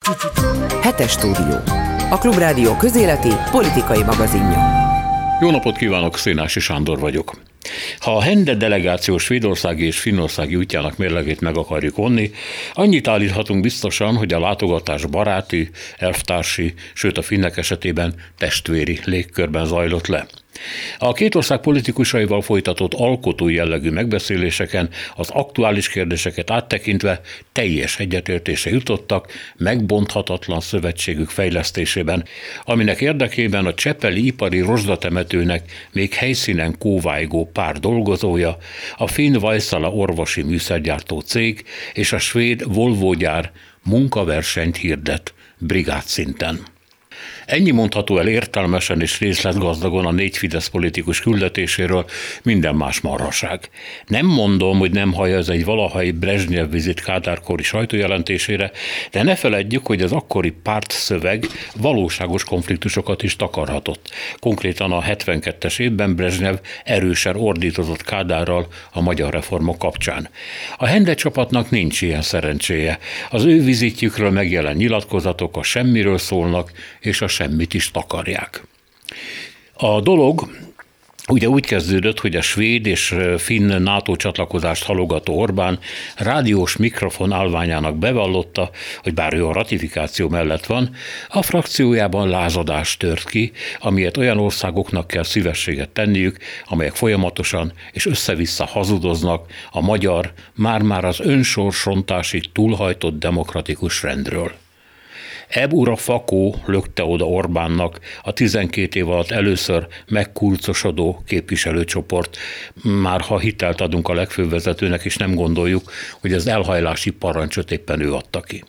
Hetes stúdió. A Klubrádió közéleti politikai magazinja. Jó napot kívánok, Szénási Sándor vagyok. Ha a Hende delegáció svédországi és finnországi útjának mérlegét meg akarjuk vonni, annyit állíthatunk biztosan, hogy a látogatás baráti, elvtársi, sőt a finnek esetében testvéri légkörben zajlott le. A két ország politikusaival folytatott alkotói jellegű megbeszéléseken az aktuális kérdéseket áttekintve teljes egyetértésre jutottak megbonthatatlan szövetségük fejlesztésében, aminek érdekében a csepeli ipari rozsdatemetőnek még helyszínen kóvájgó pár dolgozója, a finn Vaisala orvosi műszergyártó cég és a svéd Volvo gyár munkaversenyt hirdet brigádszinten. Ennyi mondható el értelmesen és részletgazdagon a 4 Fidesz politikus küldetéséről, minden más marhaság. Nem mondom, hogy nem hallja ez egy valahai Brezsnyev vizit Kádár-kori sajtójelentésére, de ne feledjük, hogy az akkori pártszöveg valóságos konfliktusokat is takarhatott. Konkrétan a 72-es évben Brezsnyev erősen ordítozott Kádárral a magyar reformok kapcsán. A Hende csapatnak nincs ilyen szerencséje. Az ő vizitjükről megjelent nyilatkozatok a semmiről szólnak, és a semmit is takarják. A dolog ugye úgy kezdődött, hogy a svéd és finn NATO csatlakozást halogató Orbán rádiós mikrofon állványának bevallotta, hogy bár ő a ratifikáció mellett van, a frakciójában lázadás tört ki, amilyet olyan országoknak kell szívességet tenniük, amelyek folyamatosan és össze-vissza hazudoznak a magyar, már-már az önsorsrontásig túlhajtott demokratikus rendről. Ebb ura fakó lökte oda Orbánnak a 12 év alatt először megkurcosodó képviselőcsoport, már ha hitelt adunk a legfőbb vezetőnek, és nem gondoljuk, hogy az elhajlási parancsot éppen ő adta ki.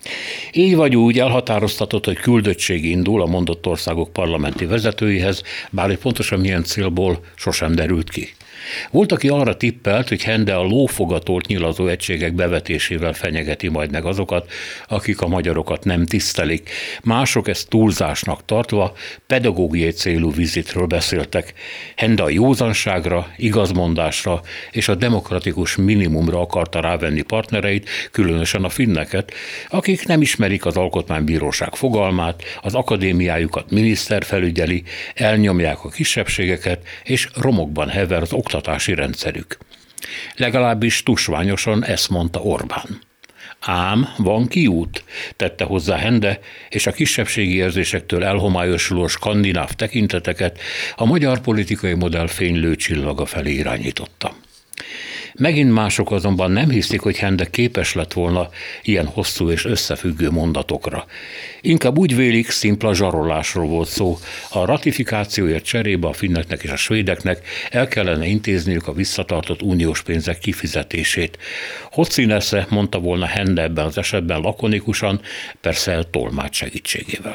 Így vagy úgy elhatároztatott, hogy küldöttség indul a mondott országok parlamenti vezetőihez, bár hogy pontosan milyen célból sosem derült ki. Volt, aki arra tippelt, hogy Hende a lófogatolt nyilazó egységek bevetésével fenyegeti majd meg azokat, akik a magyarokat nem tisztelik. Mások ezt túlzásnak tartva pedagógiai célú vizitről beszéltek. Hende a józanságra, igazmondásra és a demokratikus minimumra akarta rávenni partnereit, különösen a finneket, akik nem ismerik az alkotmánybíróság fogalmát, az akadémiájukat miniszter felügyeli, elnyomják a kisebbségeket és romokban hever az oktatási rendszerük. Legalábbis tusványosan ezt mondta Orbán. Ám van kiút, tette hozzá Hende, és a kisebbségi érzésektől elhomályosuló skandináv tekinteteket a magyar politikai modell fénylő csillaga felé irányította. Megint mások azonban nem hiszik, hogy Hende képes lett volna ilyen hosszú és összefüggő mondatokra. Inkább úgy vélik, szimpla zsarolásról volt szó. A ratifikációért cserébe a finneknek és a svédeknek el kellene intézniük a visszatartott uniós pénzek kifizetését. Hocsinesze, mondta volna Hende ebben az esetben lakonikusan, persze tolmács segítségével.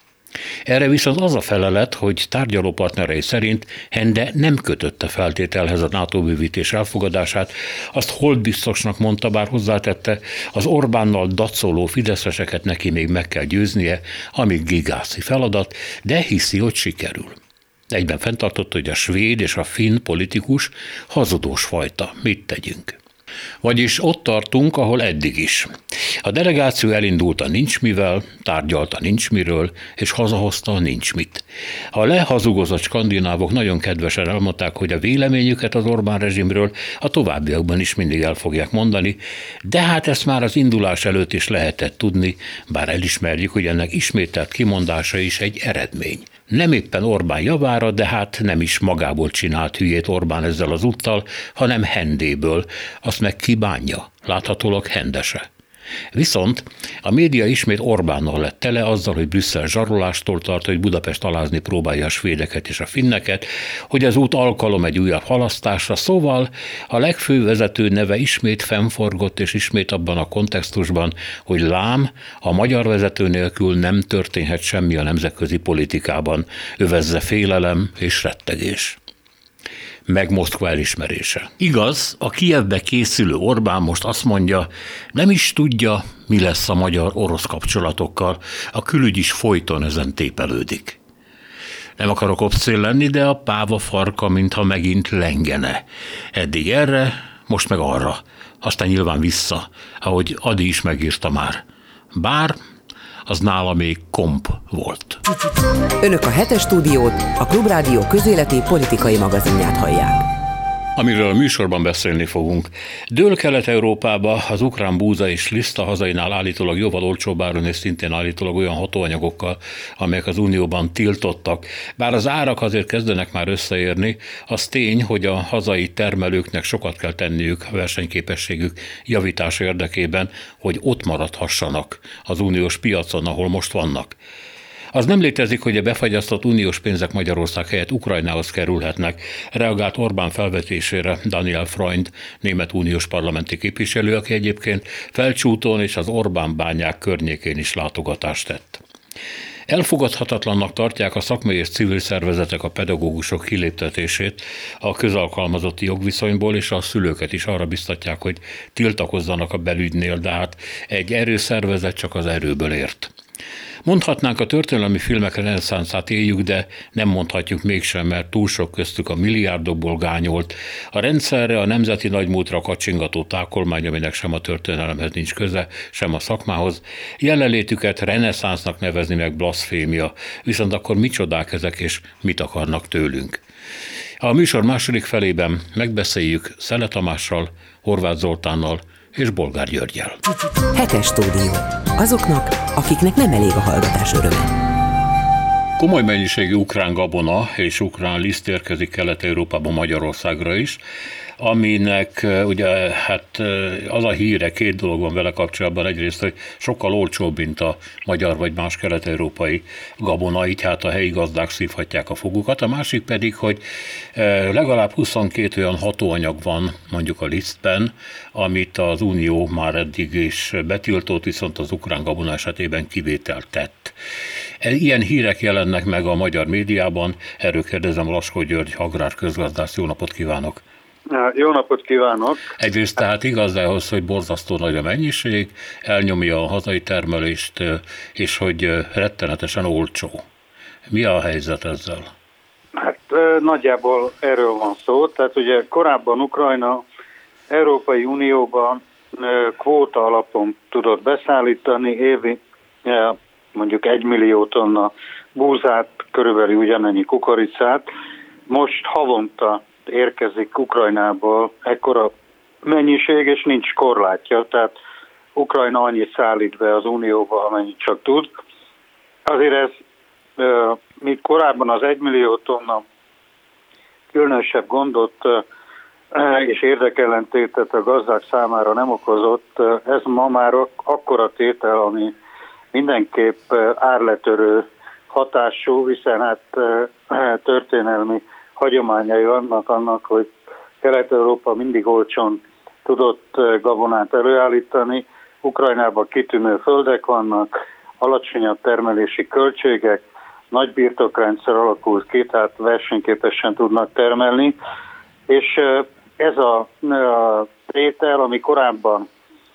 Erre viszont az a felelet, hogy tárgyalópartnerei szerint Hende nem kötötte feltételhez a NATO bővítés elfogadását, azt holdbiztosnak mondta, bár hozzátette, az Orbánnal dacoló fideszeseket neki még meg kell győznie, amíg gigászi feladat, de hiszi, hogy sikerül. Egyben fenntartotta, hogy a svéd és a finn politikus hazudós fajta, mit tegyünk. Vagyis ott tartunk, ahol eddig is. A delegáció elindult a nincs mivel, tárgyalta nincs miről, és hazahozta a nincs mit. A lehazugozott skandinávok nagyon kedvesen elmondták, hogy a véleményüket az Orbán rezsimről a továbbiakban is mindig el fogják mondani, de hát ezt már az indulás előtt is lehetett tudni, bár elismerjük, hogy ennek ismételt kimondása is egy eredmény. Nem éppen Orbán javára, de hát nem is magából csinált hülyét Orbán ezzel az úttal, hanem Hendéből, azt meg kibánja, láthatólag Hendese. Viszont a média ismét Orbánnal lett tele azzal, hogy Brüsszel zsarolástól tart, hogy Budapest alázni próbálja a svédeket és a finneket, hogy az út alkalom egy újabb halasztásra, szóval a legfőbb vezető neve ismét fennforgott, és ismét abban a kontextusban, hogy lám, a magyar vezető nélkül nem történhet semmi a nemzetközi politikában, övezze félelem és rettegés. Meg Moszkva elismerése. Igaz, a Kijevbe készülő Orbán most azt mondja, nem is tudja, mi lesz a magyar-orosz kapcsolatokkal, a külügy is folyton ezen tépelődik. Nem akarok obszén lenni, de a páva farka mintha megint lengene. Eddig erre, most meg arra, aztán nyilván vissza, ahogy Adi is megírta már. Bár az nála még komp volt. Önök a Hetes Stúdiót, a Klubrádió közéleti politikai magazinját hallják. Amiről a műsorban beszélni fogunk. Dél-Kelet-Európába az ukrán búza és liszta hazainál állítólag jóval olcsóbb áron és szintén állítólag olyan hatóanyagokkal, amelyek az Unióban tiltottak. Bár az árak azért kezdenek már összeérni, az tény, hogy a hazai termelőknek sokat kell tenniük a versenyképességük javítása érdekében, hogy ott maradhassanak az uniós piacon, ahol most vannak. Az nem létezik, hogy a befagyasztott uniós pénzek Magyarország helyett Ukrajnához kerülhetnek, reagált Orbán felvetésére Daniel Freund, német uniós parlamenti képviselő, aki egyébként Felcsúton és az Orbán bányák környékén is látogatást tett. Elfogadhatatlannak tartják a szakmai és civil szervezetek a pedagógusok kiléptetését a közalkalmazotti jogviszonyból, és a szülőket is arra biztatják, hogy tiltakozzanak a belügynél, de hát egy erőszervezet csak az erőből ért. Mondhatnánk, a történelmi filmek reneszánszát éljük, de nem mondhatjuk mégsem, mert túl sok köztük a milliárdokból gányolt, a rendszerre, a nemzeti nagymúltra kacsingató tákolmány, aminek sem a történelemhez nincs köze, sem a szakmához. Jelenlétüket reneszánsznak nevezni meg blaszfémia, viszont akkor micsodák ezek, és mit akarnak tőlünk? A műsor második felében megbeszéljük Szele Tamással, Horváth Zoltánnal és Bolgár Györggyel. Hetes Stúdió. Azoknak, akiknek nem elég a hallgatás öröme. Komoly mennyiségű ukrán gabona és ukrán liszt érkezik Kelet-Európába, Magyarországra is, aminek ugye hát az a híre, két dolog van vele kapcsolatban. Egyrészt, hogy sokkal olcsóbb, mint a magyar vagy más kelet-európai gabona, így hát a helyi gazdák szívhatják a fogukat. A másik pedig, hogy legalább 22 olyan hatóanyag van mondjuk a lisztben, amit az Unió már eddig is betiltott, viszont az ukrán gabona esetében kivételt tett. Ilyen hírek jelennek meg a magyar médiában, erről kérdezem Laskó György agrárközgazdász. Jó napot kívánok! Jó napot kívánok! Egyrészt tehát igaz ahhoz, hogy borzasztó nagy a mennyiség, elnyomja a hazai termelést, és hogy rettenetesen olcsó. Mi a helyzet ezzel? Hát nagyjából erről van szó. Tehát ugye korábban Ukrajna Európai Unióban kvóta alapon tudott beszállítani évi mondjuk 1 millió tonna búzát, körülbelül ugyanennyi kukoricát. Most havonta érkezik Ukrajnából ekkora mennyiség, és nincs korlátja, tehát Ukrajna annyit szállít be az Unióba, amennyit csak tud. Azért ez, míg korábban az 1 millió tonna különösebb gondot és érdekellentétet a gazdák számára nem okozott, ez ma már akkora tétel, ami mindenképp árletörő hatású, hiszen hát történelmi hagyományai vannak annak, hogy Kelet-Európa mindig olcsón tudott gabonát előállítani. Ukrajnában kitűnő földek vannak, alacsonyabb termelési költségek, nagy birtokrendszer alakult ki, tehát versenyképesen tudnak termelni. És ez a tétel, ami korábban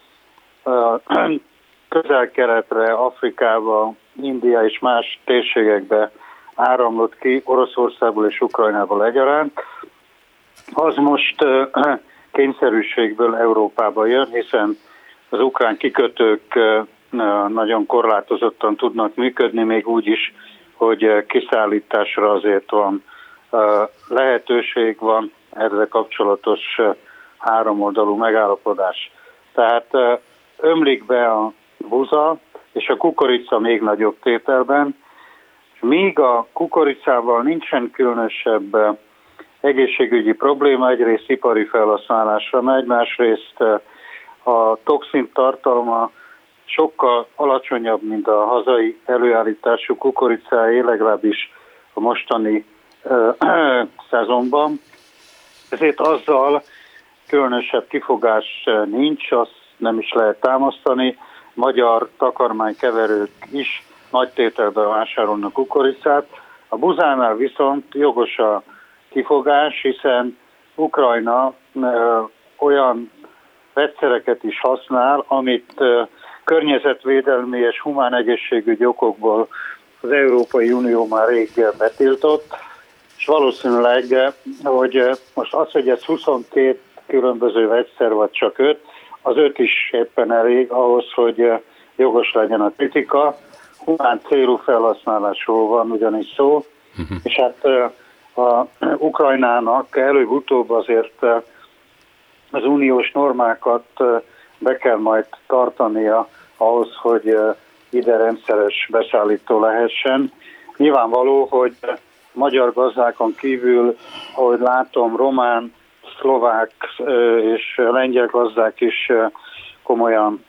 Közel-Keletre, Afrikába, India és más térségekbe áramlott ki, Oroszországból és Ukrajnából egyaránt, az most kényszerűségből Európába jön, hiszen az ukrán kikötők nagyon korlátozottan tudnak működni, még úgy is, hogy kiszállításra azért van lehetőség, van ezzel kapcsolatos háromoldalú megállapodás. Tehát ömlik be a búza, és a kukorica még nagyobb tételben, míg a kukoricával nincsen különösebb egészségügyi probléma, egyrészt ipari felhasználásra megy, másrészt a toxin tartalma sokkal alacsonyabb, mint a hazai előállítású kukoricáé, legalábbis a mostani szezonban. Ezért azzal különösebb kifogás nincs, azt nem is lehet támasztani. Magyar takarmánykeverők is nagy tételben vásárolnak kukoricát. A buzánál viszont jogos a kifogás, hiszen Ukrajna olyan vegyszereket is használ, amit környezetvédelmi és humán egészségügyi okokból az Európai Unió már rég betiltott, és valószínűleg, hogy most az, hogy ez 22 különböző vegyszer, vagy csak 5, az 5 is éppen elég ahhoz, hogy jogos legyen a kritika. humán célú felhasználásról van ugyanis szó, és hát a Ukrajnának előbb-utóbb azért az uniós normákat be kell majd tartania ahhoz, hogy ide rendszeres beszállító lehessen. Nyilvánvaló, hogy magyar gazdákon kívül, ahogy látom, román, szlovák és lengyel gazdák is komolyan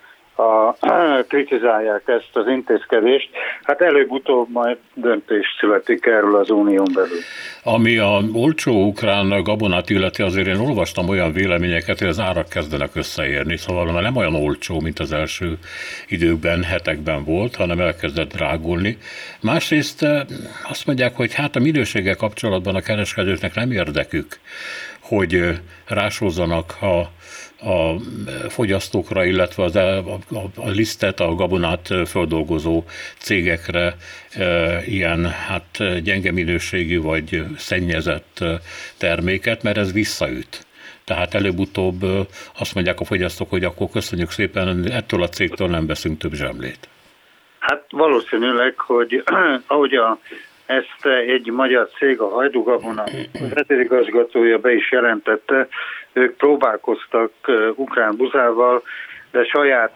kritizálják ezt az intézkedést. Hát előbb-utóbb majd döntés születik erről az unión belül. Ami a olcsó ukrán gabonát illeti, azért én olvastam olyan véleményeket, hogy az árak kezdenek összeérni, szóval már nem olyan olcsó, mint az első időkben, hetekben volt, hanem elkezdett drágulni. Másrészt azt mondják, hogy hát a minőséggel kapcsolatban a kereskedőknek nem érdekük, hogy rásozzanak a fogyasztókra, illetve a lisztet, a gabonát földolgozó cégekre ilyen gyenge minőségű vagy szennyezett terméket, mert ez visszaüt. Tehát előbb-utóbb azt mondják a fogyasztók, hogy akkor köszönjük szépen, ettől a cégtől nem veszünk több zsemlét. Hát valószínűleg, hogy ahogy ezt egy magyar cég, a Hajdú Gabona vezérigazgatója be is jelentette, ők próbálkoztak ukrán buzával, de saját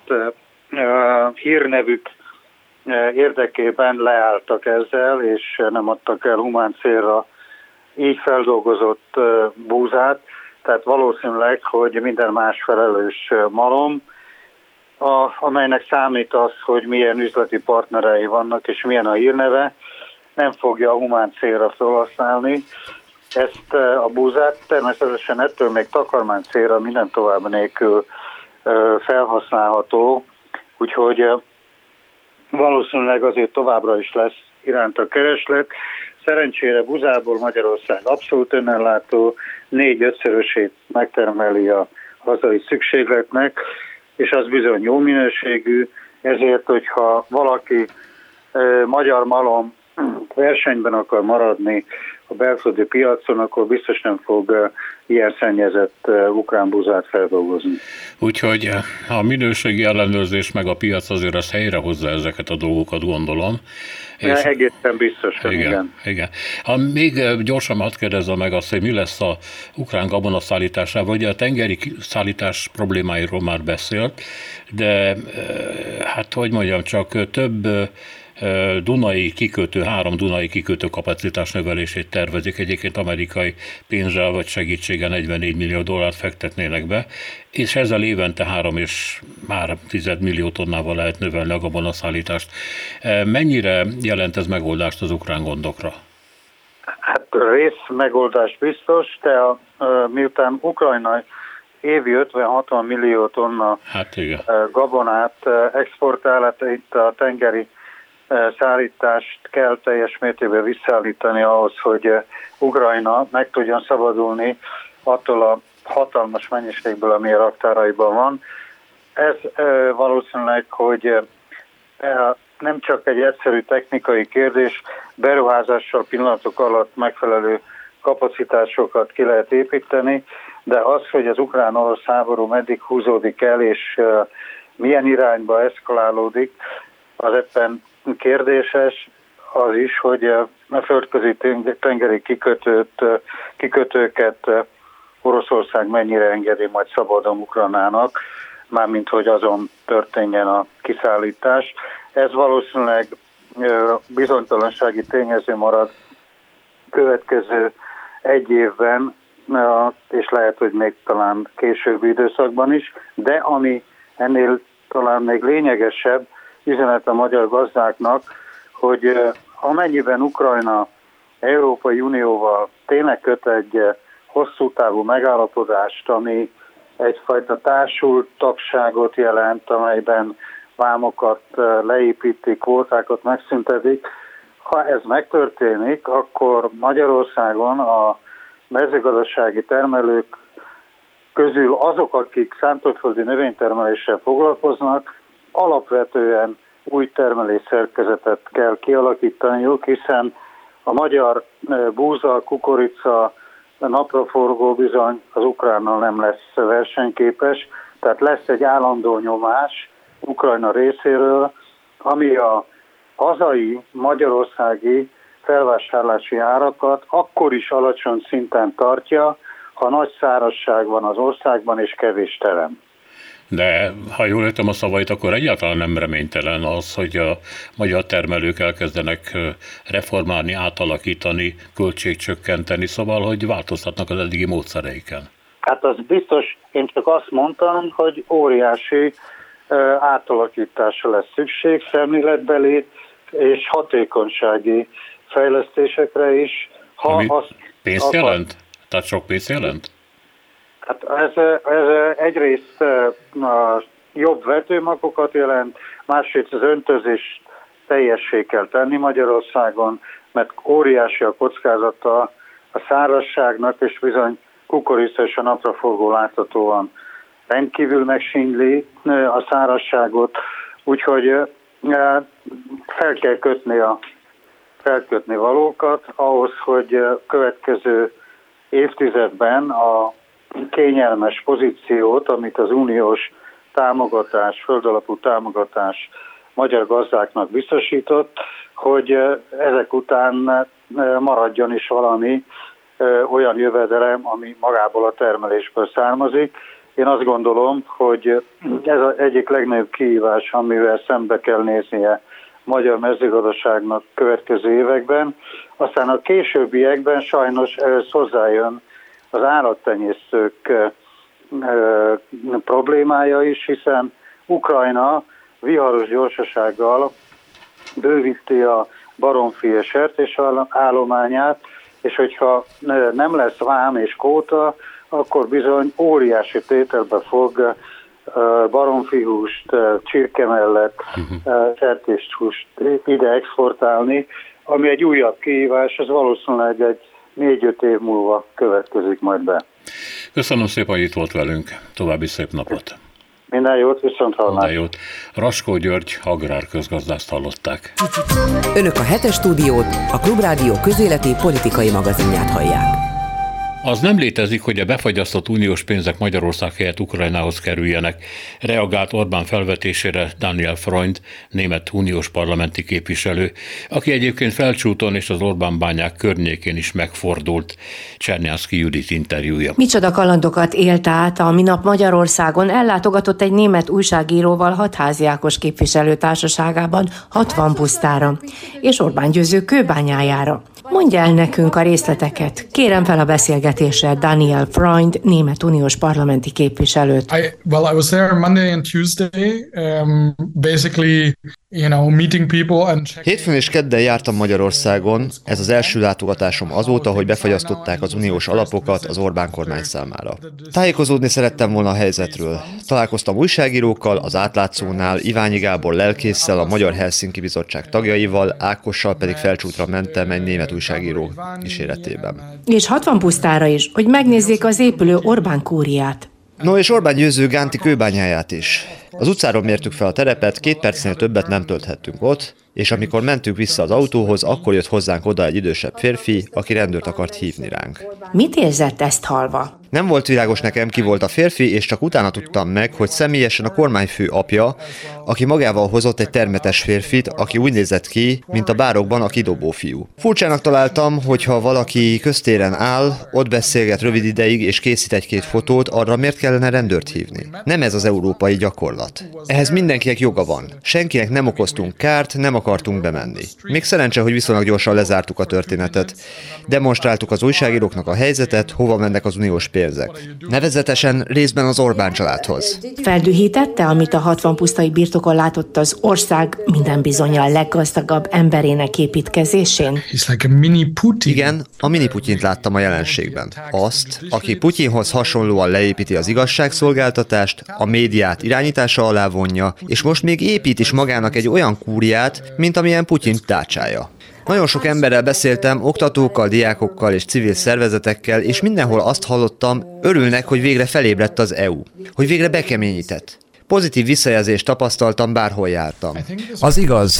hírnevük érdekében leálltak ezzel, és nem adtak el humán célra így feldolgozott búzát, tehát valószínűleg, hogy minden más felelős malom, amelynek számít az, hogy milyen üzleti partnerei vannak, és milyen a hírneve, nem fogja a humán célra felhasználni ezt a búzát. Természetesen ettől még takarmány célra minden tovább nélkül felhasználható, úgyhogy valószínűleg azért továbbra is lesz iránta kereslet. Szerencsére buzából Magyarország abszolút önellátó, 4-5-szörösét megtermeli a hazai szükségletnek, és az bizony jó minőségű, ezért, hogyha valaki magyar malom versenyben akar maradni a belföldi piacon, akkor biztos nem fog ilyen szennyezett ukrán búzát feldolgozni. Úgyhogy a minőségi ellenőrzés meg a piac azért az helyrehozza ezeket a dolgokat, gondolom. És egészen biztosan, igen. Még gyorsan hadd kérdezzem meg azt, hogy mi lesz a ukrán gabona szállításával. Ugye a tengeri szállítás problémáiról már beszélt, de hát hogy mondjam, csak több Dunai kikötő, 3 Dunai kikötő kapacitás növelését tervezik, egyébként amerikai pénzzel vagy segítséggel 44 millió dollárt fektetnének be, és ezzel évente 3,5 millió tonnával lehet növelni a gabonaszállítást. Mennyire jelent ez megoldást az ukrán gondokra? Hát rész megoldás biztos, de miután Ukrajna évi 50-60 millió tonna gabonát exportál, itt a tengeri szállítást kell teljes mértékben visszaállítani ahhoz, hogy Ukrajna meg tudjon szabadulni attól a hatalmas mennyiségből, ami a raktáraiban van. Ez valószínűleg, hogy nem csak egy egyszerű technikai kérdés, beruházással pillanatok alatt megfelelő kapacitásokat ki lehet építeni, de az, hogy az ukrán-orosz háború meddig húzódik el, és milyen irányba eszkalálódik, az ebben kérdéses. Az is, hogy a földközi tengeri kikötőket Oroszország mennyire engedi majd szabadon Ukrajnának, mármint hogy azon történjen a kiszállítás. Ez valószínűleg bizonytalansági tényező marad következő egy évben, és lehet, hogy még talán későbbi időszakban is, de ami ennél talán még lényegesebb üzenet a magyar gazdáknak, hogy amennyiben Ukrajna Európai Unióval tényleg köt egy hosszú távú megállapodást, ami egyfajta társult tagságot jelent, amelyben vámokat leépítik, kvótákat megszüntetik. Ha ez megtörténik, akkor Magyarországon a mezőgazdasági termelők közül azok, akik szántóföldi növénytermeléssel foglalkoznak, alapvetően új termelésszerkezetet kell kialakítaniuk, hiszen a magyar búza, kukorica, napraforgó bizony az Ukránnal nem lesz versenyképes, tehát lesz egy állandó nyomás Ukrajna részéről, ami a hazai magyarországi felvásárlási árakat akkor is alacsony szinten tartja, ha nagy szárazság van az országban és kevés terem. De ha jól értem a szavait, akkor egyáltalán nem reménytelen az, hogy a magyar termelők elkezdenek reformálni, átalakítani, költségcsökkenteni, szóval, hogy változtatnak az eddigi módszereiken. Hát az biztos, én csak azt mondtam, hogy óriási átalakításra lesz szükség, szemléletbeli és hatékonysági fejlesztésekre is. Pénzt jelent? Tehát sok pénzt jelent? Hát ez egyrészt jobb vetőmagokat jelent, másrészt az öntözés teljessé kell tenni Magyarországon, mert óriási a kockázata a szárazságnak, és bizony kukorica és a napraforgó láthatóan rendkívül megsínyli a szárazságot, úgyhogy fel kell kötni valókat ahhoz, hogy következő évtizedben a kényelmes pozíciót, amit az uniós támogatás, földalapú támogatás magyar gazdáknak biztosított, hogy ezek után maradjon is valami olyan jövedelem, ami magából a termelésből származik. Én azt gondolom, hogy ez az egyik legnagyobb kihívás, amivel szembe kell néznie a magyar mezőgazdaságnak következő években. Aztán a későbbiekben sajnos ehhez hozzájön az állattenyésztők problémája is, hiszen Ukrajna viharos gyorsasággal bővíti a baromfi és sertés állományát, és hogyha nem lesz vám és kóta, akkor bizony óriási tételbe fog baromfihúst, csirke mellett sertéshúst ide exportálni, ami egy újabb kihívás, ez valószínűleg egy 4-5 év múlva következik majd be. Köszönöm szépen, hogy itt volt velünk. További szép napot. Minden jót, viszonthallásra. Minden jót. Raskó György agrárközgazdászt hallották. Önök a Hetes Stúdiót, a Klubrádió közéleti politikai magazinját hallják. Az nem létezik, hogy a befagyasztott uniós pénzek Magyarország helyett Ukrajnához kerüljenek, reagált Orbán felvetésére Daniel Freund, német uniós parlamenti képviselő, aki egyébként Felcsúton és az Orbán-bányák környékén is megfordult. Csernyánszky Judit interjúja. Micsoda kalandokat élt át a minap Magyarországon, ellátogatott egy német újságíróval Hatházi Ákos képviselő társaságában 60 pusztára, és Orbán Győző kőbányájára. Mondja el nekünk a részleteket. Kérem fel a beszélgetésre Daniel Freund, német uniós parlamenti képviselőt. I was there Monday and Tuesday, basically, meeting people and checking. Hétfőn és kedden jártam Magyarországon. Ez az első látogatásom azóta, hogy befagyasztották az uniós alapokat az Orbán kormány számára. Tájékozódni szerettem volna a helyzetről. Találkoztam újságírókkal, az Átlátszónál, Iványi Gábor lelkésszel, a Magyar Helsinki Bizottság tagjaival, Ákossal pedig Felcsútra mentem egy német újságíró kíséretében. És 60 pusztára is, hogy megnézzék az épülő Orbán kúriát. No, és Orbán Győző Gánti kőbányáját is. Az utcáron mértük fel a terepet, 2 percnél többet nem tölthettünk ott, és amikor mentünk vissza az autóhoz, akkor jött hozzánk oda egy idősebb férfi, aki rendőrt akart hívni ránk. Mit érzett ezt hallva? Nem volt világos nekem, ki volt a férfi, és csak utána tudtam meg, hogy személyesen a kormányfő apja, aki magával hozott egy termetes férfit, aki úgy nézett ki, mint a bárokban a kidobó fiú. Furcsának találtam, hogy ha valaki köztéren áll, ott beszélget rövid ideig, és készít 1-2 fotót, arra miért kellene rendőrt hívni? Nem ez az európai gyakorlat. Ehhez mindenkinek joga van. Senkinek nem okoztunk kárt, nem akartunk bemenni. Még szerencse, hogy viszonylag gyorsan lezártuk a történetet. Demonstráltuk az újságíróknak a helyzetet, hova mennek az uniós pénzek. Nevezetesen részben az Orbán családhoz. Feldühítette, amit a 60 pusztai birtokon látott az ország minden bizonnyal leggazdagabb emberének építkezésén? Igen, a mini Putyint láttam a jelenségben. Azt, aki Putyinhoz hasonlóan leépíti az igazságszolgáltatást, a médiát irányítása alá vonja, és most még épít is magának egy olyan kúriát, mint amilyen Putyin dácsája. Nagyon sok emberrel beszéltem, oktatókkal, diákokkal és civil szervezetekkel, és mindenhol azt hallottam, örülnek, hogy végre felébredt az EU, hogy végre bekeményített. Pozitív visszajelzést tapasztaltam, bárhol jártam. Az igaz,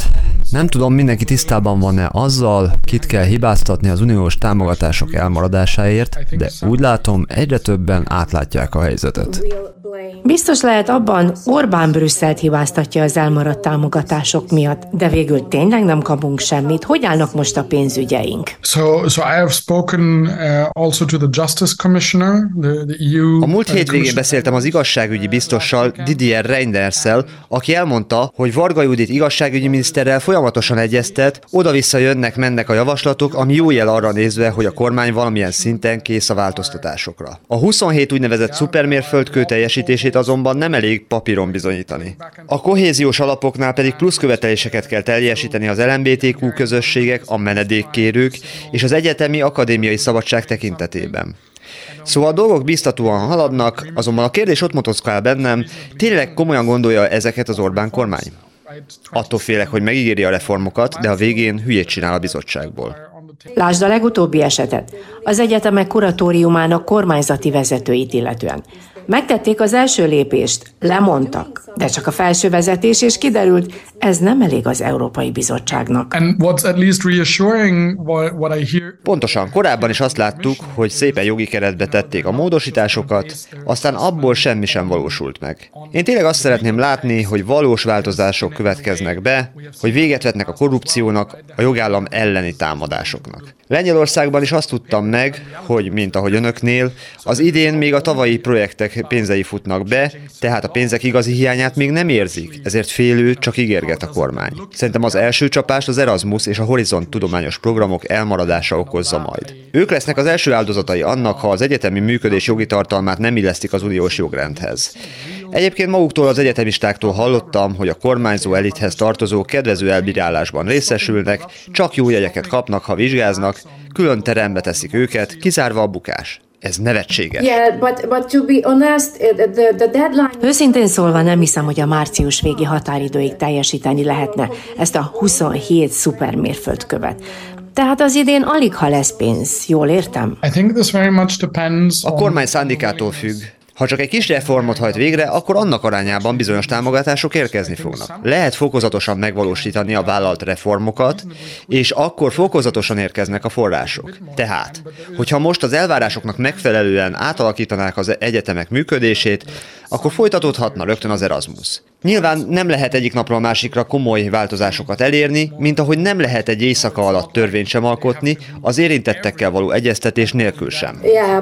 Nem tudom, mindenki tisztában van-e azzal, kit kell hibáztatni az uniós támogatások elmaradásáért, de úgy látom, egyre többen átlátják a helyzetet. Biztos lehet abban, Orbán Brüsszelt hibáztatja az elmaradt támogatások miatt, de végül tényleg nem kapunk semmit. Hogy állnak most a pénzügyeink? So I have spoken also to the Justice Commissioner, the EU. A múlt hétvégén beszéltem az igazságügyi biztossal, Didier Reynders-szel, aki elmondta, hogy Varga Judit igazságügyi miniszterrel folyamatosan egyeztet, oda-vissza jönnek-mennek a javaslatok, ami jó jel arra nézve, hogy a kormány valamilyen szinten kész a változtatásokra. A 27 úgynevezett szupermérföldkő teljesítését azonban nem elég papíron bizonyítani. A kohéziós alapoknál pedig plusz követeléseket kell teljesíteni az LMBTQ közösségek, a menedékkérők és az egyetemi akadémiai szabadság tekintetében. Szóval a dolgok biztatóan haladnak, azonban a kérdés ott motoszkál bennem, tényleg komolyan gondolja ezeket az Orbán kormány? Attól félek, hogy megígéri a reformokat, de a végén hülyét csinál a bizottságból. Lásd a legutóbbi esetet, az egyetemek kuratóriumának kormányzati vezetőit illetően. Megtették az első lépést, lemondtak, de csak a felső vezetés, és kiderült, ez nem elég az Európai Bizottságnak. And what's at least reassuring what I hear. Pontosan, korábban is azt láttuk, hogy szépen jogi keretbe tették a módosításokat, aztán abból semmi sem valósult meg. Én tényleg azt szeretném látni, hogy valós változások következnek be, hogy véget vetnek a korrupciónak, a jogállam elleni támadásoknak. Lengyelországban is azt tudtam meg, hogy, mint ahogy önöknél, az idén még a tavalyi projektek pénzei futnak be, tehát a pénzek igazi hiányát még nem érzik, ezért félő, csak ígérget a kormány. Szerintem az első csapást az Erasmus és a Horizont tudományos programok elmaradása okozza majd. Ők lesznek az első áldozatai annak, ha az egyetemi működés jogi tartalmát nem illesztik az uniós jogrendhez. Egyébként maguktól az egyetemistáktól hallottam, hogy a kormányzó elithez tartozó kedvező elbírálásban részesülnek, csak jó jegyeket kapnak, ha vizsgáznak, külön terembe teszik őket, kizárva a bukás. Ez nevetséges. Yeah, but to be honest, the deadline... Őszintén szólva nem hiszem, hogy a március végi határidőig teljesíteni lehetne ezt a 27 szupermérföldkövet. Tehát az idén alig ha lesz pénz, jól értem? I think this very much depends A kormány szándékától függ. Ha csak egy kis reformot hajt végre, akkor annak arányában bizonyos támogatások érkezni fognak. Lehet fokozatosan megvalósítani a vállalt reformokat, és akkor fokozatosan érkeznek a források. Tehát, hogyha most az elvárásoknak megfelelően átalakítanák az egyetemek működését, akkor folytatódhatna rögtön az Erasmus. Nyilván nem lehet egyik napról a másikra komoly változásokat elérni, mint ahogy nem lehet egy éjszaka alatt törvényt sem alkotni, az érintettekkel való egyeztetés nélkül sem.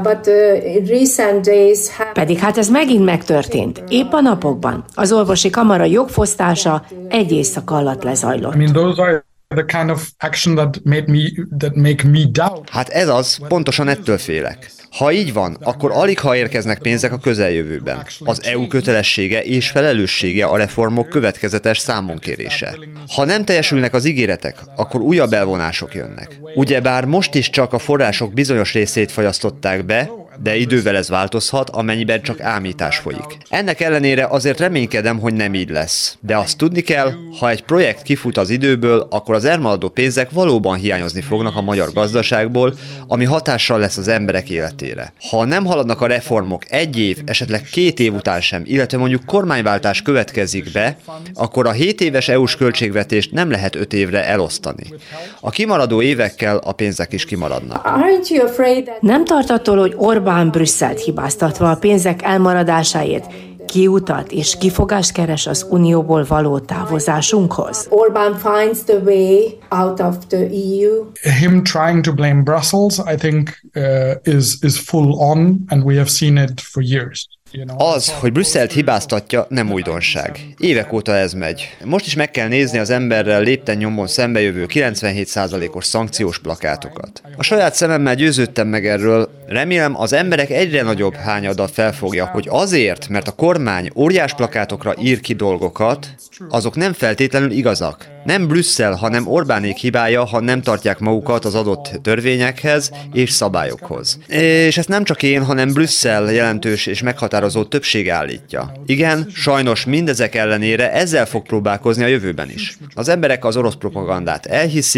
Pedig hát ez megint megtörtént. Épp a napokban. Az orvosi kamara jogfosztása egy éjszaka alatt lezajlott. I mean, those are the kind of action that make me doubt. Hát ez az, pontosan ettől félek. Ha így van, akkor alig ha érkeznek pénzek a közeljövőben. Az EU kötelessége és felelőssége a reformok következetes számonkérése. Ha nem teljesülnek az ígéretek, akkor újabb elvonások jönnek. Ugyebár most is csak a források bizonyos részét fagyasztották be, de idővel ez változhat, amennyiben csak ámítás folyik. Ennek ellenére azért reménykedem, hogy nem így lesz. De azt tudni kell, ha egy projekt kifut az időből, akkor az elmaradó pénzek valóban hiányozni fognak a magyar gazdaságból, ami hatással lesz az emberek életére. Ha nem haladnak a reformok egy év, esetleg 2 év után sem, illetve mondjuk kormányváltás következik be, akkor a 7 éves EU-s költségvetést nem lehet 5 évre elosztani. A kimaradó évekkel a pénzek is kimaradnak. Nem tart attól, hogy Orbán Brüsszelt hibáztatva a pénzek elmaradásáért kiutat és kifogást keres az unióból való távozásunkhoz? Orbán finds the way out of the EU. Him trying to blame Brussels, I think, is full on, and we have seen it for years. Az, hogy Brüsszelt hibáztatja, nem újdonság. Évek óta ez megy. Most is meg kell nézni az emberrel lépten nyomon szembejövő 97%-os szankciós plakátokat. A saját szememmel győződtem meg erről, remélem az emberek egyre nagyobb hányada felfogja, hogy azért, mert a kormány óriás plakátokra ír ki dolgokat, azok nem feltétlenül igazak. Nem Brüsszel, hanem Orbánék hibája, ha nem tartják magukat az adott törvényekhez és szabályokhoz. És ezt nem csak én, hanem Brüsszel jelentős és meghatározó többség állítja. Igen, sajnos mindezek ellenére ezzel fog próbálkozni a jövőben is. Az emberek az orosz propagandát elhiszik,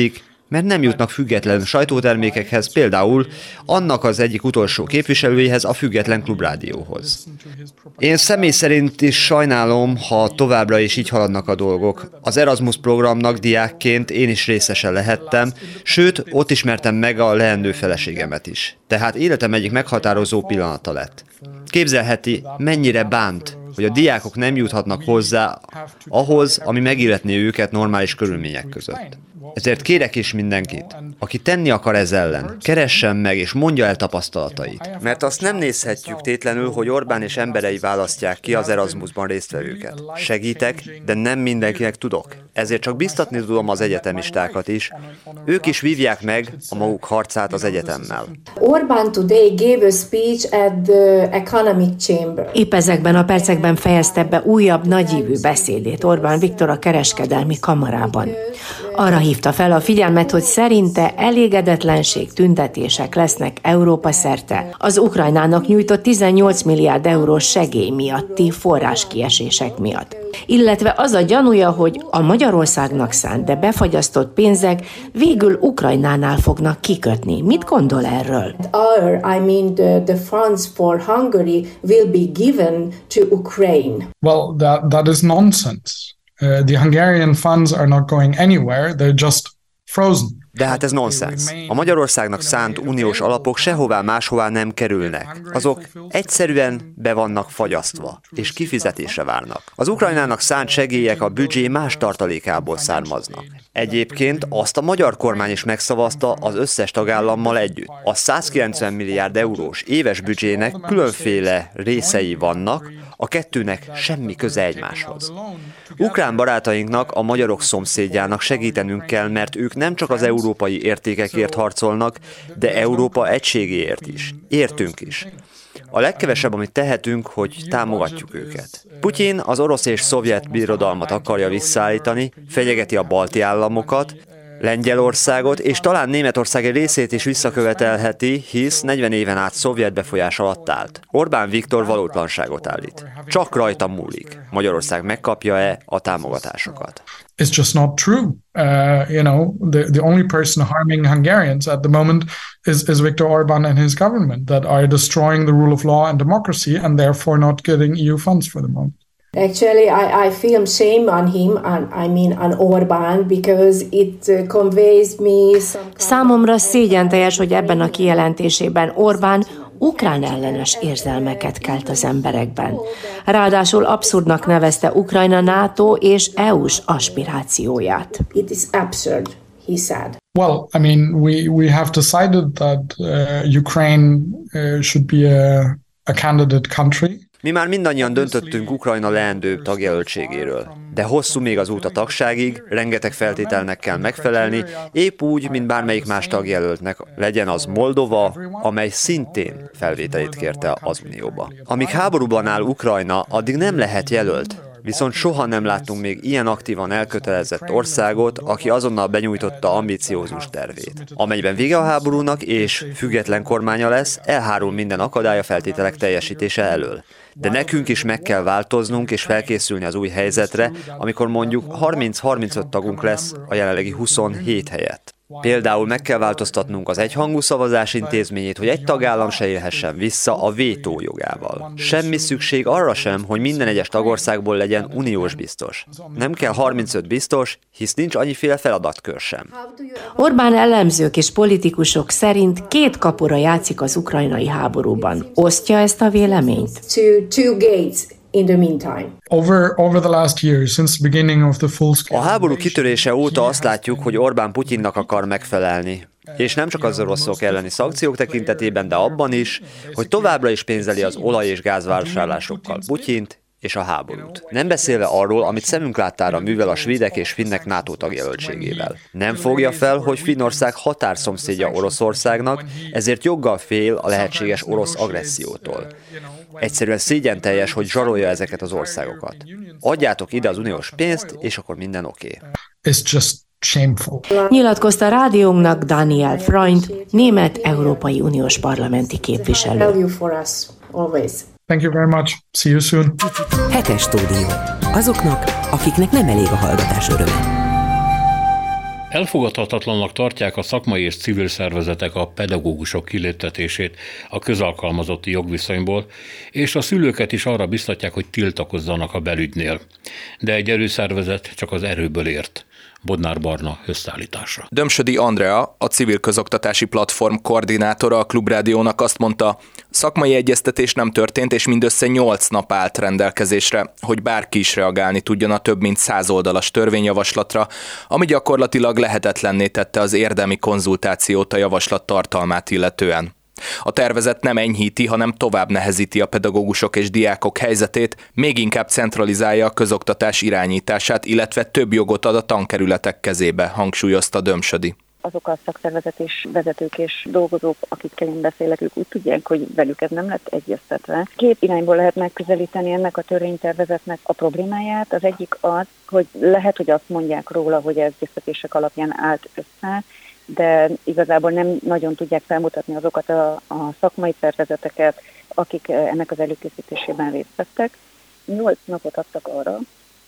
mert nem jutnak független sajtótermékekhez, például annak az egyik utolsó képviselőjéhez, a független Klubrádióhoz. Én személy szerint is sajnálom, ha továbbra is így haladnak a dolgok. Az Erasmus programnak diákként én is részese lehettem, sőt, ott ismertem meg a leendő feleségemet is. Tehát életem egyik meghatározó pillanata lett. Képzelheti, mennyire bánt, hogy a diákok nem juthatnak hozzá ahhoz, ami megilletné őket normális körülmények között. Ezért kérek is mindenkit, aki tenni akar ez ellen, keressen meg és mondja el tapasztalatait. Mert azt nem nézhetjük tétlenül, hogy Orbán és emberei választják ki az Erasmusban résztvevőket. Segítek, de nem mindenkinek tudok. Ezért csak biztatni tudom az egyetemistákat is. Ők is vívják meg a maguk harcát az egyetemmel. Orbán today gave a speech at the Economic Chamber. Épp ezekben a percekben fejezte be újabb nagyívű beszédét Orbán Viktor a kereskedelmi kamarában. Arra hívta fel a figyelmet, hogy szerinte elégedetlenség tüntetések lesznek Európa szerte az Ukrajnának nyújtott 18 milliárd eurós segély miatti forráskiesések miatt. Illetve az a gyanúja, hogy a Magyarországnak szánt, de befagyasztott pénzek végül Ukrajnánál fognak kikötni. Mit gondol erről? The funds for Hungary will be given to Ukraine. Well, that is nonsense. The Hungarian funds are not going anywhere, they're just frozen. De hát ez nonsens. A Magyarországnak szánt uniós alapok sehová máshová nem kerülnek. Azok egyszerűen be vannak fagyasztva, és kifizetésre várnak. Az Ukrajnának szánt segélyek a büdzsé más tartalékából származnak. Egyébként azt a magyar kormány is megszavazta az összes tagállammal együtt. A 190 milliárd eurós éves büdzsének különféle részei vannak, a kettőnek semmi köze egymáshoz. Ukrán barátainknak, a magyarok szomszédjának segítenünk kell, mert ők nem csak az európai értékekért harcolnak, de Európa egységéért is. Értünk is. A legkevesebb, amit tehetünk, hogy támogatjuk őket. Putyin az orosz és szovjet birodalmat akarja visszaállítani, fenyegeti a balti államokat, Lengyelországot és talán Németország egy részét is visszakövetelheti, hisz 40 éven át szovjet befolyás alatt állt. Orbán Viktor valótlanságot állít. Csak rajta múlik. Magyarország megkapja-e a támogatásokat? It's just not true. The only person harming Hungarians at the moment is Viktor Orbán and his government that are destroying the rule of law and democracy and therefore not getting EU funds for the moment. Actually, I feel shame on him, on Orbán, because it conveys me some... Számomra szégyenteljes, hogy ebben a kijelentésében Orbán ukrán ellenes érzelmeket kelt az emberekben. Ráadásul abszurdnak nevezte Ukrajna NATO és EU-s aspirációját. It is absurd, he said. Well, I mean, we have decided that Ukraine should be a candidate country. Mi már mindannyian döntöttünk Ukrajna leendő tagjelöltségéről, de hosszú még az út a tagságig, rengeteg feltételnek kell megfelelni, épp úgy, mint bármelyik más tagjelöltnek, legyen az Moldova, amely szintén felvételét kérte az Unióba. Amíg háborúban áll Ukrajna, addig nem lehet jelölt. Viszont soha nem láttunk még ilyen aktívan elkötelezett országot, aki azonnal benyújtotta ambiciózus tervét. Amelyben vége a háborúnak és független kormánya lesz, elhárul minden akadály a feltételek teljesítése elől. De nekünk is meg kell változnunk és felkészülni az új helyzetre, amikor mondjuk 30-35 tagunk lesz a jelenlegi 27 helyett. Például meg kell változtatnunk az egyhangú szavazás intézményét, hogy egy tagállam se élhessen vissza a vétó jogával. Semmi szükség arra sem, hogy minden egyes tagországból legyen uniós biztos. Nem kell 35 biztos, hisz nincs annyiféle feladatkör sem. Orbán elemzők és politikusok szerint 2 kapura játszik az ukrajnai háborúban. Osztja ezt a véleményt? Two gates. In the meantime. Over the last year, since the beginning of the full-scale... A háború kitörése óta azt látjuk, hogy Orbán Putyinnak akar megfelelni. És nem csak az oroszok elleni szankciók tekintetében, de abban is, hogy továbbra is pénzeli az olaj- és gázvásárlásokkal Putyint és a háborút. Nem beszélve arról, amit szemünk láttára művel a svédek és finnek NATO tagjelöltségével. Nem fogja fel, hogy Finnország határszomszédja Oroszországnak, ezért joggal fél a lehetséges orosz agressziótól. Egyszerűen szégyenteljes, hogy zsarolja ezeket az országokat. Adjátok ide az uniós pénzt, és akkor minden oké. It's just shameful. Nyilatkozta rádiónknak Daniel Freund, német Európai Uniós parlamenti képviselő. Thank you very much. See you soon. 7. stúdió. Azoknak, akiknek nem elég a hallgatás öröme. Elfogadhatatlannak tartják a szakmai és civil szervezetek a pedagógusok kiléptetését a közalkalmazotti jogviszonyból, és a szülőket is arra biztatják, hogy tiltakozzanak a belügynél. De egy erőszervezet csak az erőből ért. Bodnár Barna összeállítása. Dömsödi Andrea, a civil közoktatási platform koordinátora a Klubrádiónak azt mondta, szakmai egyeztetés nem történt, és mindössze 8 nap állt rendelkezésre, hogy bárki is reagálni tudjon a több mint 100 oldalas törvényjavaslatra, ami gyakorlatilag lehetetlenné tette az érdemi konzultációt a javaslat tartalmát illetően. A tervezet nem enyhíti, hanem tovább nehezíti a pedagógusok és diákok helyzetét, még inkább centralizálja a közoktatás irányítását, illetve több jogot ad a tankerületek kezébe, hangsúlyozta Dömsödi. Azok a szakszervezet és vezetők és dolgozók, akikkel én beszélek, ők úgy tudják, hogy velük ez nem lett egyeztetve. 2 irányból lehet megközelíteni ennek a törvénytervezetnek a problémáját. Az egyik az, hogy lehet, hogy azt mondják róla, hogy ez egyeztetések alapján állt össze, de igazából nem nagyon tudják felmutatni azokat a szakmai szervezeteket, akik ennek az előkészítésében részt vettek. 8 napot adtak arra,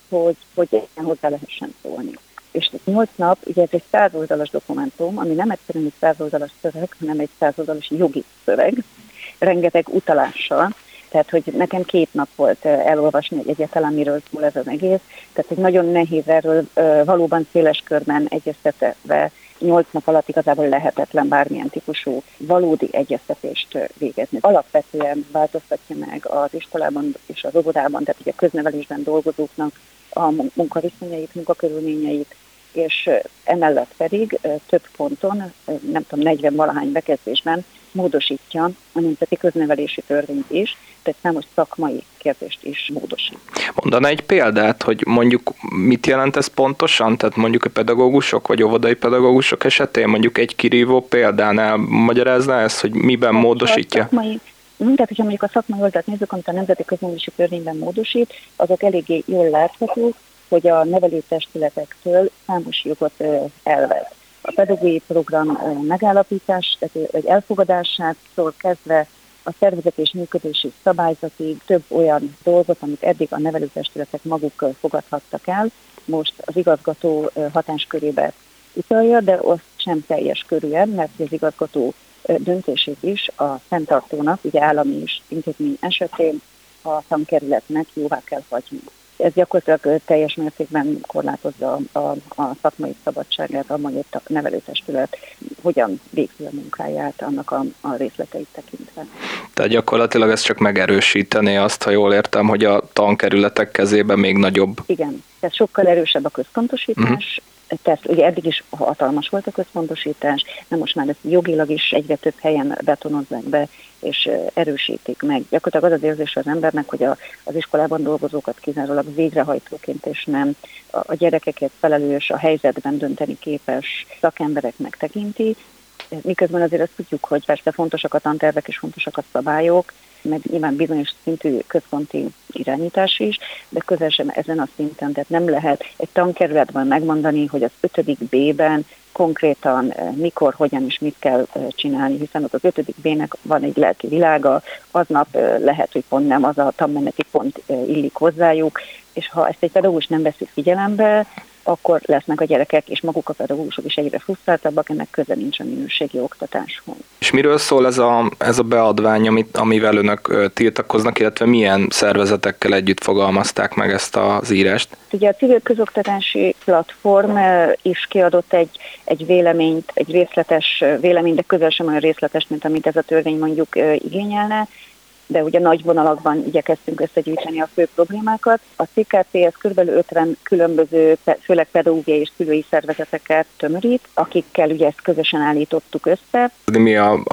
hogy hozzá lehessen szólni. És 8 nap, ugye ez egy 100 oldalas dokumentum, ami nem egyszerűen egy 100 oldalas szöveg, hanem egy 100 oldalas jogi szöveg, rengeteg utalással. Tehát, hogy nekem 2 nap volt elolvasni, hogy egyáltalán miről szól ez az egész. Tehát, hogy nagyon nehéz erről valóban széles körben egyeztetve 8 nap alatt igazából lehetetlen bármilyen típusú valódi egyeztetést végezni. Alapvetően változtatja meg az iskolában és az óvodában, tehát ugye a köznevelésben dolgozóknak a munkaviszonyait, munkakörülményeit, és emellett pedig több ponton, nem tudom, 40-valahány bekezdésben módosítja a nemzeti köznevelési törvényt is, tehát számos szakmai kérdést is módosít. Mondaná egy példát, hogy mondjuk mit jelent ez pontosan? Tehát mondjuk a pedagógusok vagy óvodai pedagógusok esetén mondjuk egy kirívó példánál magyarázná ezt, hogy miben módosítja? Tehát, hogyha mondjuk a szakmai oldalt nézzük, amit a nemzeti köznevelési törvényben módosít, azok eléggé jól láthatók, hogy a nevelőtestületektől számos jogot elvesz. A pedagógiai program megállapítás, vagy elfogadásától kezdve a szervezet és működési szabályzatig több olyan dolgot, amit eddig a nevelőtestületek maguk fogadhattak el, most az igazgató hatáskörébe utalja, de azt sem teljes körűen, mert az igazgató döntését is a fenntartónak, ugye állami és intézmény esetén a tankerületnek jóvá kell hagyni. Ez gyakorlatilag teljes mértékben korlátozza a szakmai szabadságát, abban, hogy a nevelőtestület hogyan végzi a munkáját, annak a részleteit tekintve. Tehát gyakorlatilag ez csak megerősítené azt, ha jól értem, hogy a tankerületek kezében még nagyobb. Igen, tehát sokkal erősebb a központosítás. Tehát ugye eddig is hatalmas volt a központosítás, de most már ezt jogilag is egyre több helyen betonozzák be, és erősítik meg. Gyakorlatilag az az érzés az embernek, hogy az iskolában dolgozókat kizárólag végrehajtóként, és nem a gyerekeket felelős, a helyzetben dönteni képes szakembereknek tekinti. Miközben azért azt tudjuk, hogy persze fontosak a tantervek és fontosak a szabályok, meg nyilván bizonyos szintű központi irányítás is, de közel sem ezen a szinten, tehát nem lehet egy tankerületben megmondani, hogy az 5. B-ben konkrétan mikor, hogyan és mit kell csinálni, hiszen ott az 5. B-nek van egy lelki világa, aznap lehet, hogy pont nem az a tanmeneti pont illik hozzájuk, és ha ezt egy pedagógus nem veszi figyelembe, akkor lesznek a gyerekek és maguk a pedagógusok is egyre frusztráltabbak, ennek köze nincs a minőségi oktatáshoz. És miről szól ez a beadvány, amivel önök tiltakoznak, illetve milyen szervezetekkel együtt fogalmazták meg ezt az írást? Ugye a civil közoktatási platform is kiadott egy véleményt, egy részletes véleményt, de közel sem olyan részletes, mint amit ez a törvény mondjuk igényelne, de ugye nagy vonalakban igyekeztünk összegyűjteni a fő problémákat. A CKP kb. 50 különböző, főleg pedagógiai és szülői szervezeteket tömörít, akikkel ugye ezt közösen állítottuk össze. Mi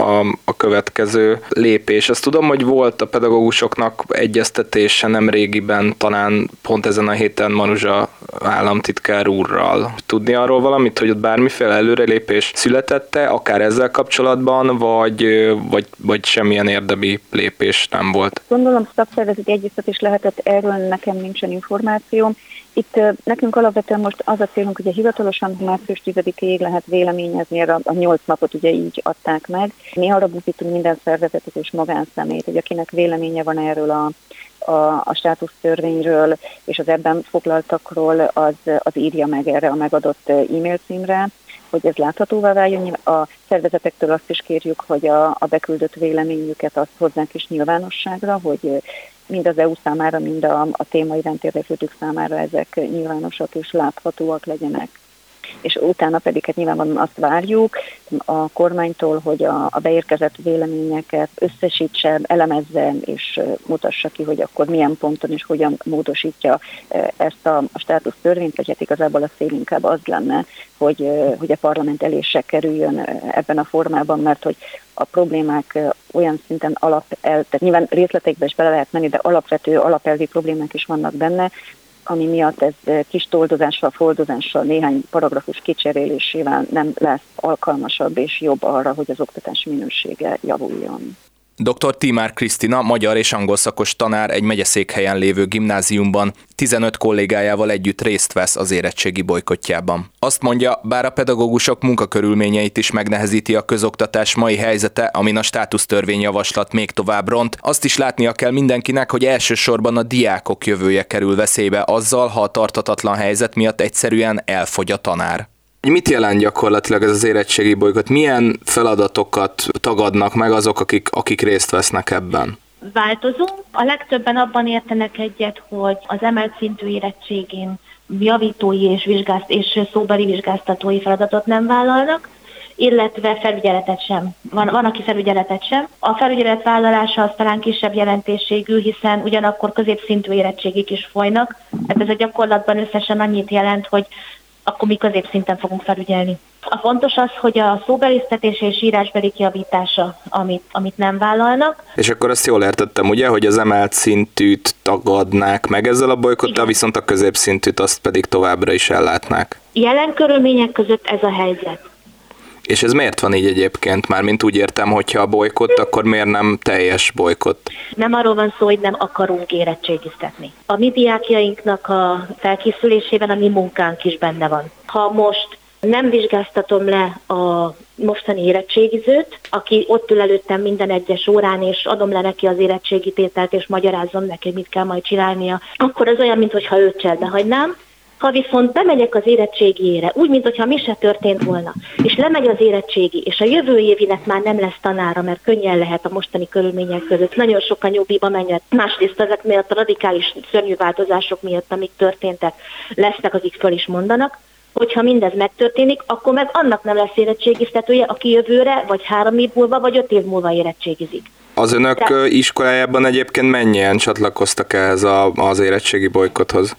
a következő lépés? Azt tudom, hogy volt a pedagógusoknak egyeztetése nemrégiben, talán pont ezen a héten Manuzsa államtitkár úrral. Tudni arról valamit, hogy ott bármiféle előrelépés születette, akár ezzel kapcsolatban, vagy semmilyen érdemi lépés nem volt? Gondolom szakszervezeti egyeztetés lehetett, erről nekem nincsen információm. Itt nekünk alapvetően most az a célunk, hogy hivatalosan március 10-ig lehet véleményezni, a 8 napot ugye így adták meg. Mi arra buzdítunk minden szervezetet és magánszemét, hogy akinek véleménye van erről a státusztörvényről és az ebben foglaltakról, az írja meg erre a megadott e-mail címre. hogy ez láthatóvá váljon. A szervezetektől azt is kérjük, hogy a beküldött véleményüket azt hozzák is nyilvánosságra, hogy mind az EU számára, mind a téma iránt érdeklődők számára ezek nyilvánosak és láthatóak legyenek. És utána pedig hát nyilvánvalóan azt várjuk a kormánytól, hogy a beérkezett véleményeket összesítse, elemezze és mutassa ki, hogy akkor milyen ponton és hogyan módosítja ezt a státusztörvényt, vagy hát igazából a cél inkább az lenne, hogy a parlament elé se kerüljön ebben a formában, mert hogy a problémák olyan szinten tehát nyilván részletekbe is bele lehet menni, de alapvető, alapelvi problémák is vannak benne, ami miatt ez kis toldozással, foldozással, néhány paragrafus kicserélésével nem lesz alkalmasabb és jobb arra, hogy az oktatás minősége javuljon. Dr. Tímár Krisztina, magyar és angol szakos tanár egy megyeszékhelyen lévő gimnáziumban 15 kollégájával együtt részt vesz az érettségi bojkottjában. Azt mondja, bár a pedagógusok munkakörülményeit is megnehezíti a közoktatás mai helyzete, amin a státusztörvényjavaslat még tovább ront, azt is látnia kell mindenkinek, hogy elsősorban a diákok jövője kerül veszélybe azzal, ha a tarthatatlan helyzet miatt egyszerűen elfogy a tanár. Mit jelent gyakorlatilag ez az érettségi bolykott? Milyen feladatokat tagadnak meg azok, akik részt vesznek ebben? Változó. A legtöbben abban értenek egyet, hogy az emelt szintű érettségén javítói és szóbeli vizsgáztatói feladatot nem vállalnak, illetve felügyeletet sem. Van, aki felügyeletet sem. A felügyelet vállalása az talán kisebb jelentőségű, hiszen ugyanakkor középszintű érettségik is folynak. Hát ez a gyakorlatban összesen annyit jelent, hogy akkor mi középszinten fogunk felügyelni. A fontos az, hogy a szóbelisztetés és írásbeli javítása, amit nem vállalnak. És akkor azt jól értettem, ugye, hogy az emelt szintűt tagadnák meg ezzel a bolykottal, viszont a középszintűt azt pedig továbbra is ellátnák. Jelen körülmények között ez a helyzet. És ez miért van így egyébként? Mármint úgy értem, hogyha a bolykott, akkor miért nem teljes bolykott? Nem arról van szó, hogy nem akarunk érettségiztetni. A mi diákjainknak a felkészülésében a mi munkánk is benne van. Ha most nem vizsgáztatom le a mostani érettségizőt, aki ott ül előttem minden egyes órán, és adom le neki az érettségítételt, és magyarázom neki, mit kell majd csinálnia, akkor az olyan, mintha őt cserbe hagynám. Ha viszont bemegyek az érettségére, úgy, mintha mi se történt volna, és lemegy az érettségi, és a jövő évinek már nem lesz tanára, mert könnyen lehet a mostani körülmények között nagyon sokan nyugdíjba menjen. Másrészt ezek miatt a radikális szörnyű változások miatt, amik történtek, lesznek, akik föl is mondanak. Hogyha mindez megtörténik, akkor meg annak nem lesz érettségiztetője, aki jövőre, vagy 3 év múlva, vagy 5 év múlva érettségizik. Az önök iskolájában egyébként mennyien csatlakoztak ehhez az érettségi bolykotthoz?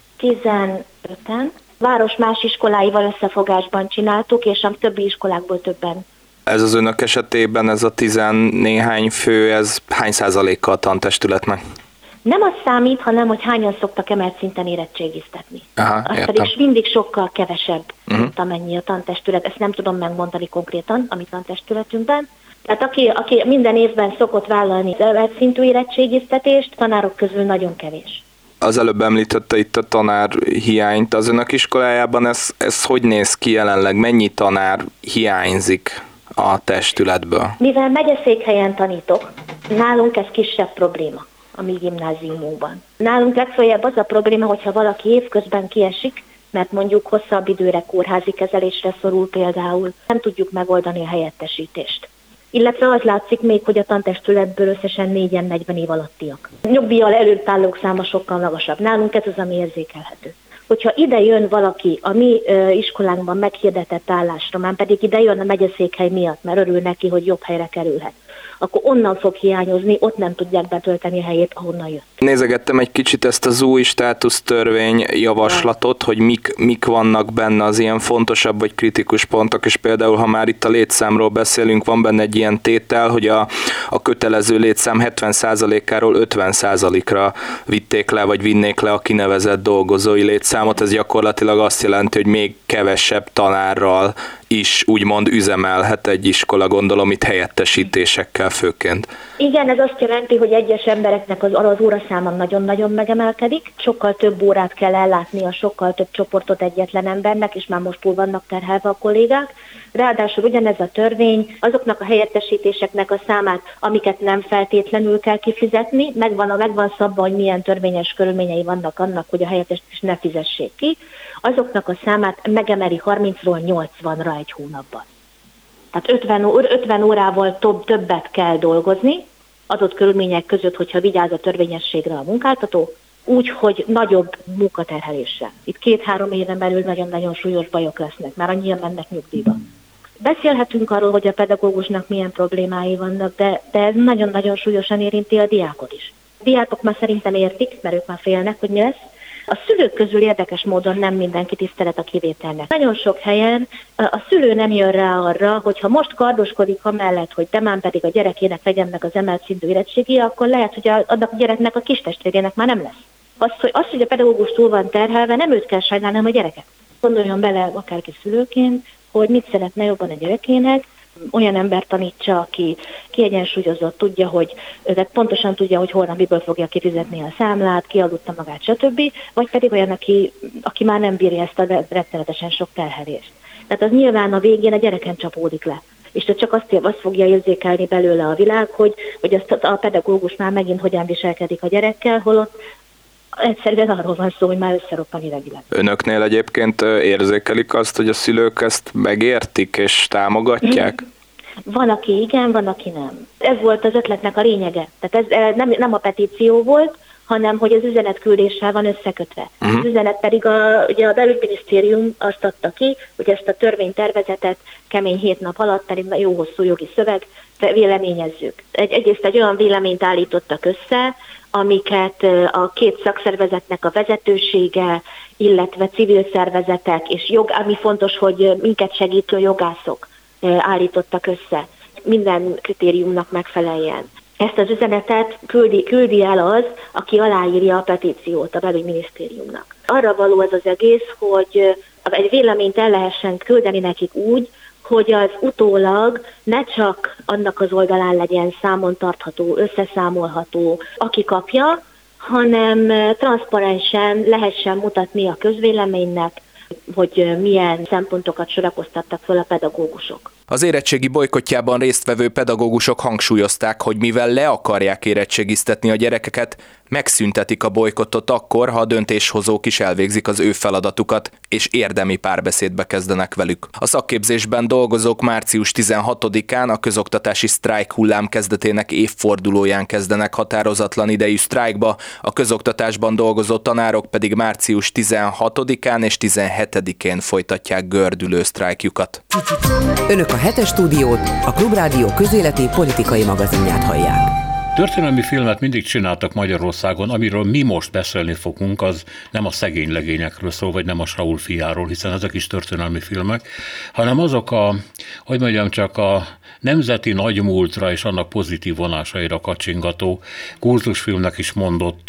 15-en. Város más iskoláival összefogásban csináltuk, és a többi iskolákból többen. Ez az önök esetében, ez a 10-néhány fő, ez hány százaléka a tantestületnek? Nem az számít, hanem hogy hányan szoktak emelt szinten érettségiztetni. Az pedig mindig sokkal kevesebb, mint amennyi a tantestület. Ezt nem tudom megmondani konkrétan, a mi tantestületünkben. Tehát aki minden évben szokott vállalni az emelt szintű érettségiztetést, tanárok közül nagyon kevés. Az előbb említette itt a tanár hiányt. Az önök iskolájában ez hogy néz ki jelenleg? Mennyi tanár hiányzik a testületből? Mivel megyeszékhelyen tanítok, nálunk ez kisebb probléma a mi gimnáziumunkban. Nálunk legfeljebb az a probléma, hogyha valaki évközben kiesik, mert mondjuk hosszabb időre kórházi kezelésre szorul például, nem tudjuk megoldani a helyettesítést. Illetve az látszik még, hogy a tantestületből összesen 4-en 40 év alattiak. Nyugdíjjal előtt állók száma sokkal magasabb. Nálunk ez az, ami érzékelhető. Hogyha ide jön valaki a mi iskolánkban meghirdetett állásra, már pedig ide jön a megyeszékhely miatt, mert örül neki, hogy jobb helyre kerülhet, akkor onnan fog hiányozni, ott nem tudják betölteni a helyét, ahonnan jött. Nézegettem egy kicsit ezt az új státusztörvény javaslatot, hogy mik vannak benne az ilyen fontosabb vagy kritikus pontok, és például, ha már itt a létszámról beszélünk, van benne egy ilyen tétel, hogy a kötelező létszám 70%-áról 50%-ra vitték le, vagy vinnék le a kinevezett dolgozói létszámot. Ez gyakorlatilag azt jelenti, hogy még kevesebb tanárral is úgymond üzemelhet egy iskola, gondolom itt helyettesítésekkel főként. Igen, ez azt jelenti, hogy egyes embereknek az óraszáma nagyon-nagyon megemelkedik, sokkal több órát kell ellátnia, sokkal több csoportot egyetlen embernek, és már most túl vannak terhelve a kollégák. Ráadásul ugyanez a törvény azoknak a helyettesítéseknek a számát, amiket nem feltétlenül kell kifizetni, megvan szabva, hogy milyen törvényes körülményei vannak annak, hogy a helyettesítést ne fizessék ki, azoknak a számát megemeli 30-ról 80-ra egy hónapban. Tehát 50 órával többet kell dolgozni, adott körülmények között, hogyha vigyáz a törvényességre a munkáltató, úgy, hogy nagyobb munkaterheléssel. Itt 2-3 éven belül nagyon-nagyon súlyos bajok lesznek, már annyian mennek nyugdíjba. Beszélhetünk arról, hogy a pedagógusnak milyen problémái vannak, de ez nagyon-nagyon súlyosan érinti a diákot is. A diákok már szerintem értik, mert ők már félnek, hogy mi lesz. A szülők közül érdekes módon nem mindenki tisztelet a kivételnek. Nagyon sok helyen a szülő nem jön rá arra, hogy ha most kardoskodik amellett, hogy demán pedig a gyerekének legyen meg az emelt szintű érettségi, akkor lehet, hogy annak a gyereknek a kis testvérének már nem lesz. Az, hogy a pedagógus túl van terhelve, nem őt kell sajnálni, hanem a gyereket. Gondoljon bele akárki szülőként, hogy mit szeretne jobban a gyerekének, olyan ember tanítsa, aki kiegyensúlyozott, tehát pontosan tudja, hogy holnap miből fogja kifizetni a számlát, kialudta magát, stb. Vagy pedig olyan, aki már nem bírja ezt a rettenetesen sok terhelést. Tehát az nyilván a végén a gyereken csapódik le. És csak azt fogja érzékelni belőle a világ, hogy azt a pedagógus már megint hogyan viselkedik a gyerekkel, holott egyszerűen arról van szó, hogy már összeroppan idegileg. Önöknél egyébként érzékelik azt, hogy a szülők ezt megértik és támogatják? Van, aki igen, van, aki nem. Ez volt az ötletnek a lényege. Tehát ez nem a petíció volt, hanem hogy az üzenetküldéssel van összekötve. Az üzenet pedig ugye a belügyminisztérium azt adta ki, hogy ezt a törvénytervezetet kemény 7 nap alatt, pedig jó hosszú jogi szöveg, véleményezzük. Egyrészt egy olyan véleményt állítottak össze, amiket a két szakszervezetnek a vezetősége, illetve civil szervezetek, és ami fontos, hogy minket segítő jogászok állítottak össze. Minden kritériumnak megfeleljen. Ezt az üzenetet küldi el az, aki aláírja a petíciót a belügyminisztériumnak. Arra való ez az egész, hogy egy véleményt el lehessen küldeni nekik úgy, hogy az utólag ne csak annak az oldalán legyen számon tartható, összeszámolható, aki kapja, hanem transzparensen lehessen mutatni a közvéleménynek, hogy milyen szempontokat sorakoztattak fel a pedagógusok. Az érettségi bojkottjában résztvevő pedagógusok hangsúlyozták, hogy mivel le akarják érettségiztetni a gyerekeket, megszüntetik a bojkottot akkor, ha a döntéshozók is elvégzik az ő feladatukat, és érdemi párbeszédbe kezdenek velük. A szakképzésben dolgozók március 16-án a közoktatási sztrájk hullám kezdetének évfordulóján kezdenek határozatlan idejű sztrájkba, a közoktatásban dolgozó tanárok pedig március 16-án és 17-én folytatják gördülő sztrájkjukat. Önök a Hetes Stúdiót, a Klubrádió közéleti politikai magazinját hallják. Történelmi filmet mindig csináltak Magyarországon, amiről mi most beszélni fogunk, az nem a szegény legényekről szól, vagy nem a Saul fiáról, hiszen ezek is történelmi filmek, hanem azok csak a nemzeti nagymúltra és annak pozitív vonásaira kacsingató kultusfilmnek is mondott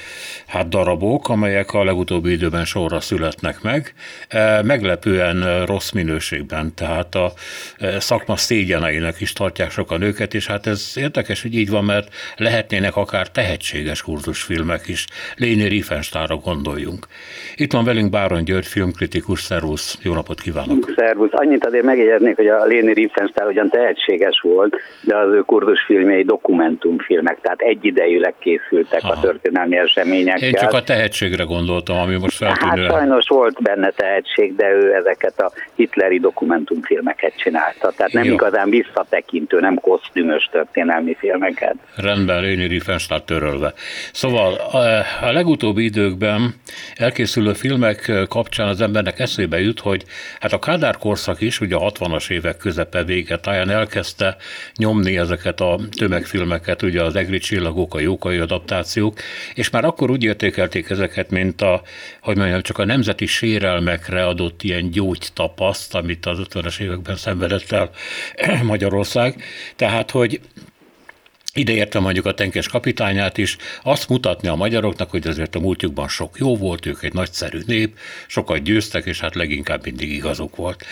darabok, amelyek a legutóbbi időben sorra születnek meg, meglepően rossz minőségben, tehát a szakma szégyeneinek is tartják sokan őket, és hát ez érdekes, hogy így van, mert lehetnének akár tehetséges kultusfilmek is. Léni Riefenstahlra gondoljunk. Itt van velünk Báron György, filmkritikus, szervusz, jó napot kívánok! Szervusz, annyit azért megjegyeznék, hogy a Léni Riefenstahl ugyan tehetséges volt, de az ő kultusfilmjei dokumentumfilmek, tehát egyidejűleg készültek a történelmi eseményekkel. Én csak a tehetségre gondoltam, ami most feltűnően. Hát sajnos volt benne tehetség, de ő ezeket a hitleri dokumentumfilmeket csinálta, tehát nem igazán visszatekintő, nem kosztümös történelmi filmeket. Rendben, Léni Riefenstahl törölve. Szóval a legutóbbi időkben elkészülő filmek kapcsán az embernek eszébe jut, hogy hát a Kádár korszak is, ugye a 60-as évek közepe vége táján elkezdte nyomni ezeket a tömegfilmeket, ugye az Egri csillagok, a Jókai adaptációk, és már akkor úgy értékelték ezeket, mint csak a nemzeti sérelmekre adott ilyen gyógytapaszt, amit az 50-es években szenvedett el Magyarország. Tehát, hogy ideértem mondjuk a Tenkes kapitányát is, azt mutatni a magyaroknak, hogy azért a múltjukban sok jó volt, ők egy nagyszerű nép, sokat győztek, és hát leginkább mindig igazuk volt.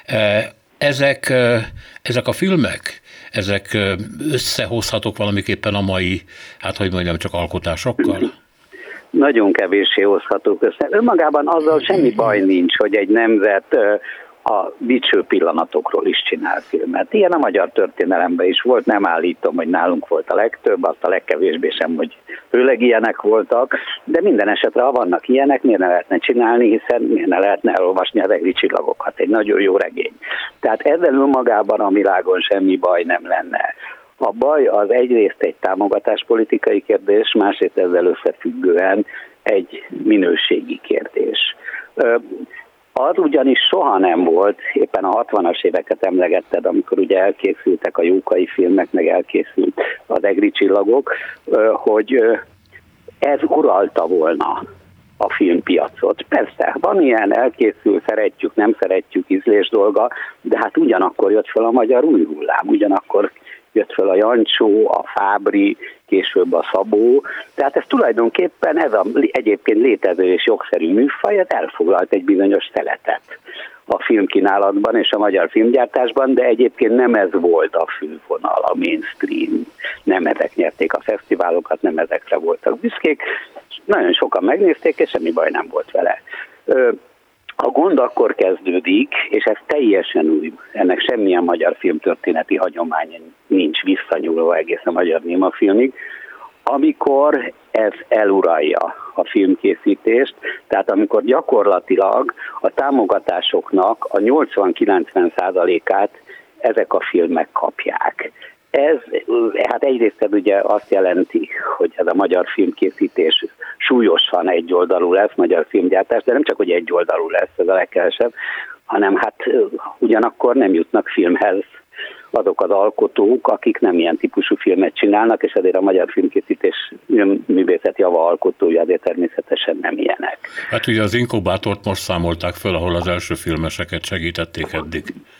Ezek a filmek, ezek összehozhatók valamiképpen a mai, csak alkotásokkal? Nagyon kevéssé hozhatók össze. Önmagában azzal semmi baj nincs, hogy egy nemzet a dicső pillanatokról is csinál filmet. Ilyen a magyar történelemben is volt, nem állítom, hogy nálunk volt a legtöbb, azt a legkevésbé sem, hogy főleg ilyenek voltak, de minden esetre, ha vannak ilyenek, miért ne lehetne csinálni, hiszen miért ne lehetne elolvasni az Egri csillagokat, egy nagyon jó regény. Tehát ezzel önmagában a világon semmi baj nem lenne. A baj az egyrészt egy támogatáspolitikai kérdés, másrészt ezzel összefüggően egy minőségi kérdés. Az ugyanis soha nem volt, éppen a 60-as éveket emlegetted, amikor ugye elkészültek a Jókai filmek, meg elkészült az Egri csillagok, hogy ez uralta volna a filmpiacot. Persze, van ilyen, elkészül, szeretjük, nem szeretjük, ízlés dolga, de hát ugyanakkor jött fel a magyar új hullám, ugyanakkor jött fel a Jancsó, a Fábri, később a Szabó. Tehát ez tulajdonképpen ez a egyébként létező és jogszerű műfaj, ez elfoglalt egy bizonyos szeletet a filmkínálatban és a magyar filmgyártásban, de egyébként nem ez volt a fővonal, a mainstream. Nem ezek nyerték a fesztiválokat, nem ezekre voltak büszkék. Nagyon sokan megnézték, és semmi baj nem volt vele. A gond akkor kezdődik, és ez teljesen új, ennek semmilyen magyar filmtörténeti hagyomány nincs, visszanyúló egész a magyar némafilmig, amikor ez eluralja a filmkészítést, tehát amikor gyakorlatilag a támogatásoknak a 80-90%-át ezek a filmek kapják. Ez, hát egyrészt ez ugye azt jelenti, hogy ez a magyar filmkészítés súlyosan egyoldalú lesz, magyar filmgyártás, de nem csak, hogy egyoldalú lesz, ez a legkevesebb, hanem hát ugyanakkor nem jutnak filmhez azok az alkotók, akik nem ilyen típusú filmet csinálnak, és ezért a magyar filmkészítés művészeti java alkotói azért természetesen nem ilyenek. Hát ugye az inkubátort most számolták föl, ahol az első filmeseket segítették eddig.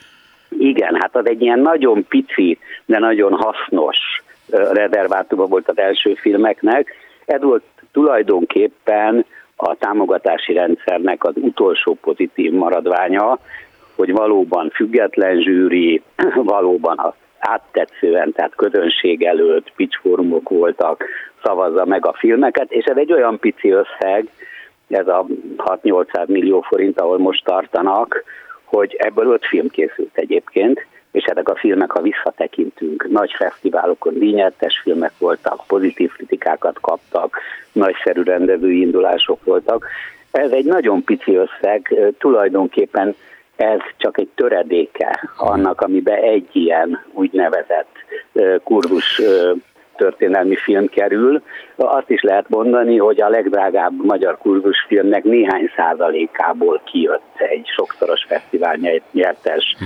Igen, hát az egy ilyen nagyon pici, de nagyon hasznos rezervátuma volt az első filmeknek. Ez volt tulajdonképpen a támogatási rendszernek az utolsó pozitív maradványa, hogy valóban független zsűri, valóban az áttetszően, tehát közönség előtt pitchforumok voltak, szavazza meg a filmeket, és ez egy olyan pici összeg, ez a 6-800 millió forint, ahol most tartanak, hogy ebből 5 film készült egyébként, és ezek a filmek, ha visszatekintünk, nagy fesztiválokon díjnyertes filmek voltak, pozitív kritikákat kaptak, nagyszerű rendezői indulások voltak. Ez egy nagyon pici összeg, tulajdonképpen ez csak egy töredéke annak, amiben egy ilyen úgynevezett kurzus történelmi film kerül. Azt is lehet mondani, hogy a legdrágább magyar kurzusfilmnek néhány százalékából kijött egy sokszoros fesztivál nyertes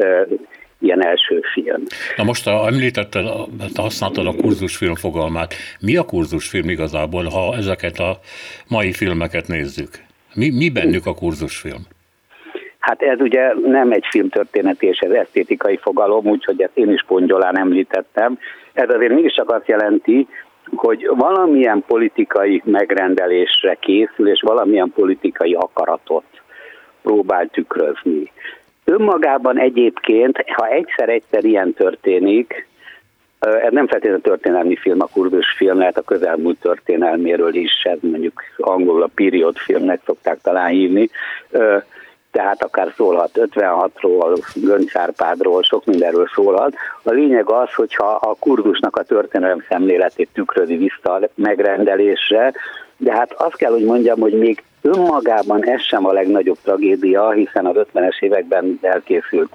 ilyen első film. Na most említetted, használtad a kurzusfilm fogalmát. Mi a kurzusfilm igazából, ha ezeket a mai filmeket nézzük? Mi bennük a kurzusfilm? Hát ez ugye nem egy filmtörténeti és ez esztétikai fogalom, úgyhogy ezt én is pongyolán említettem. Ez azért mégiscsak azt jelenti, hogy valamilyen politikai megrendelésre készül, és valamilyen politikai akaratot próbál tükrözni. Önmagában egyébként, ha egyszer ilyen történik, ez nem feltétlenül történelmi film, a kurzusfilm, lehet a közelmúlt történelméről is, ez mondjuk angolul a period filmnek szokták talán hívni, tehát akár szólhat 56-ról, Gönc Árpádról, sok mindenről szólhat. A lényeg az, hogyha a kurzusnak a történelem szemléletét tükrözi vissza a megrendelésre, de hát azt kell, hogy mondjam, hogy még önmagában ez sem a legnagyobb tragédia, hiszen az 50-es években elkészült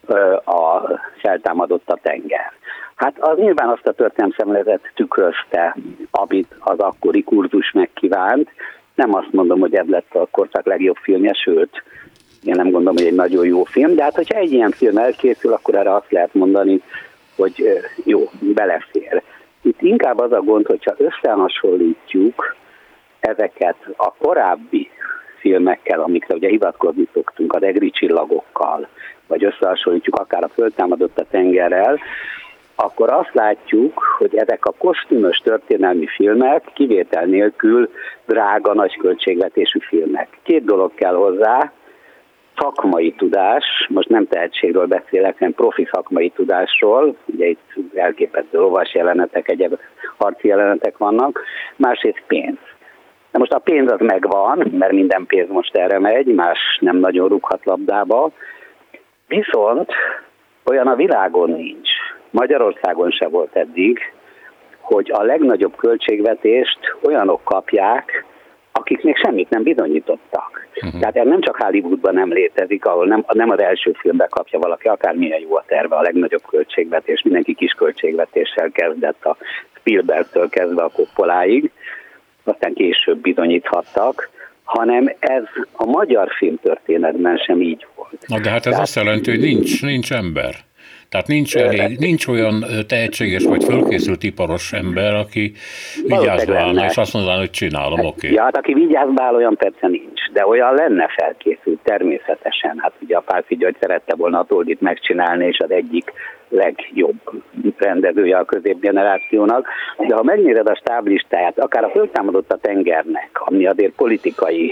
a Feltámadott a tenger. Hát az nyilván azt a történelem szemléletet tükrözte, amit az akkori kurzus megkívánt. Nem azt mondom, hogy ez lett a korszak legjobb filmje, sőt, én nem gondolom, hogy egy nagyon jó film, de hát hogyha egy ilyen film elkészül, akkor erre azt lehet mondani, hogy jó, belefér. Itt inkább az a gond, hogyha összehasonlítjuk ezeket a korábbi filmekkel, amikre ugye hivatkozni szoktunk, az Egri csillagokkal, vagy összehasonlítjuk akár a Föltámadott a tengerrel, akkor azt látjuk, hogy ezek a kosztümös történelmi filmek kivétel nélkül drága, nagy költségvetésű filmek. 2 dolog kell hozzá, szakmai tudás, most nem tehetségről beszélek, hanem profi szakmai tudásról, ugye itt elképesztő lovas jelenetek, egyéb harci jelenetek vannak, másrészt pénz. Na most a pénz az megvan, mert minden pénz most erre megy, más nem nagyon rúghat labdába, Viszont olyan a világon nincs, Magyarországon se volt eddig, hogy a legnagyobb költségvetést olyanok kapják, akik még semmit nem bizonyítottak. Tehát ez nem csak Hollywoodban nem létezik, ahol nem az első filmben kapja valaki, akármilyen jó a terve, a legnagyobb költségvetés, mindenki kis költségvetéssel kezdett, a Spielbergtől kezdve a Coppoláig, aztán később bizonyíthattak, hanem ez a magyar filmtörténetben sem így volt. Na de hát ez azt jelenti, hogy nincs ember. Tehát nincs olyan tehetséges vagy fölkészült iparos ember, aki vigyázba állna, és azt mondaná, hogy csinálom, oké. Ja, hát aki vigyázba áll, olyan persze nincs, de olyan lenne felkészült természetesen. Hát ugye a Pálffy György szerette volna a Toldit megcsinálni, és az egyik legjobb rendezője a középgenerációnak, de ha megnézed a stáblistáját, akár a Föltámadott a tengernek, ami azért politikai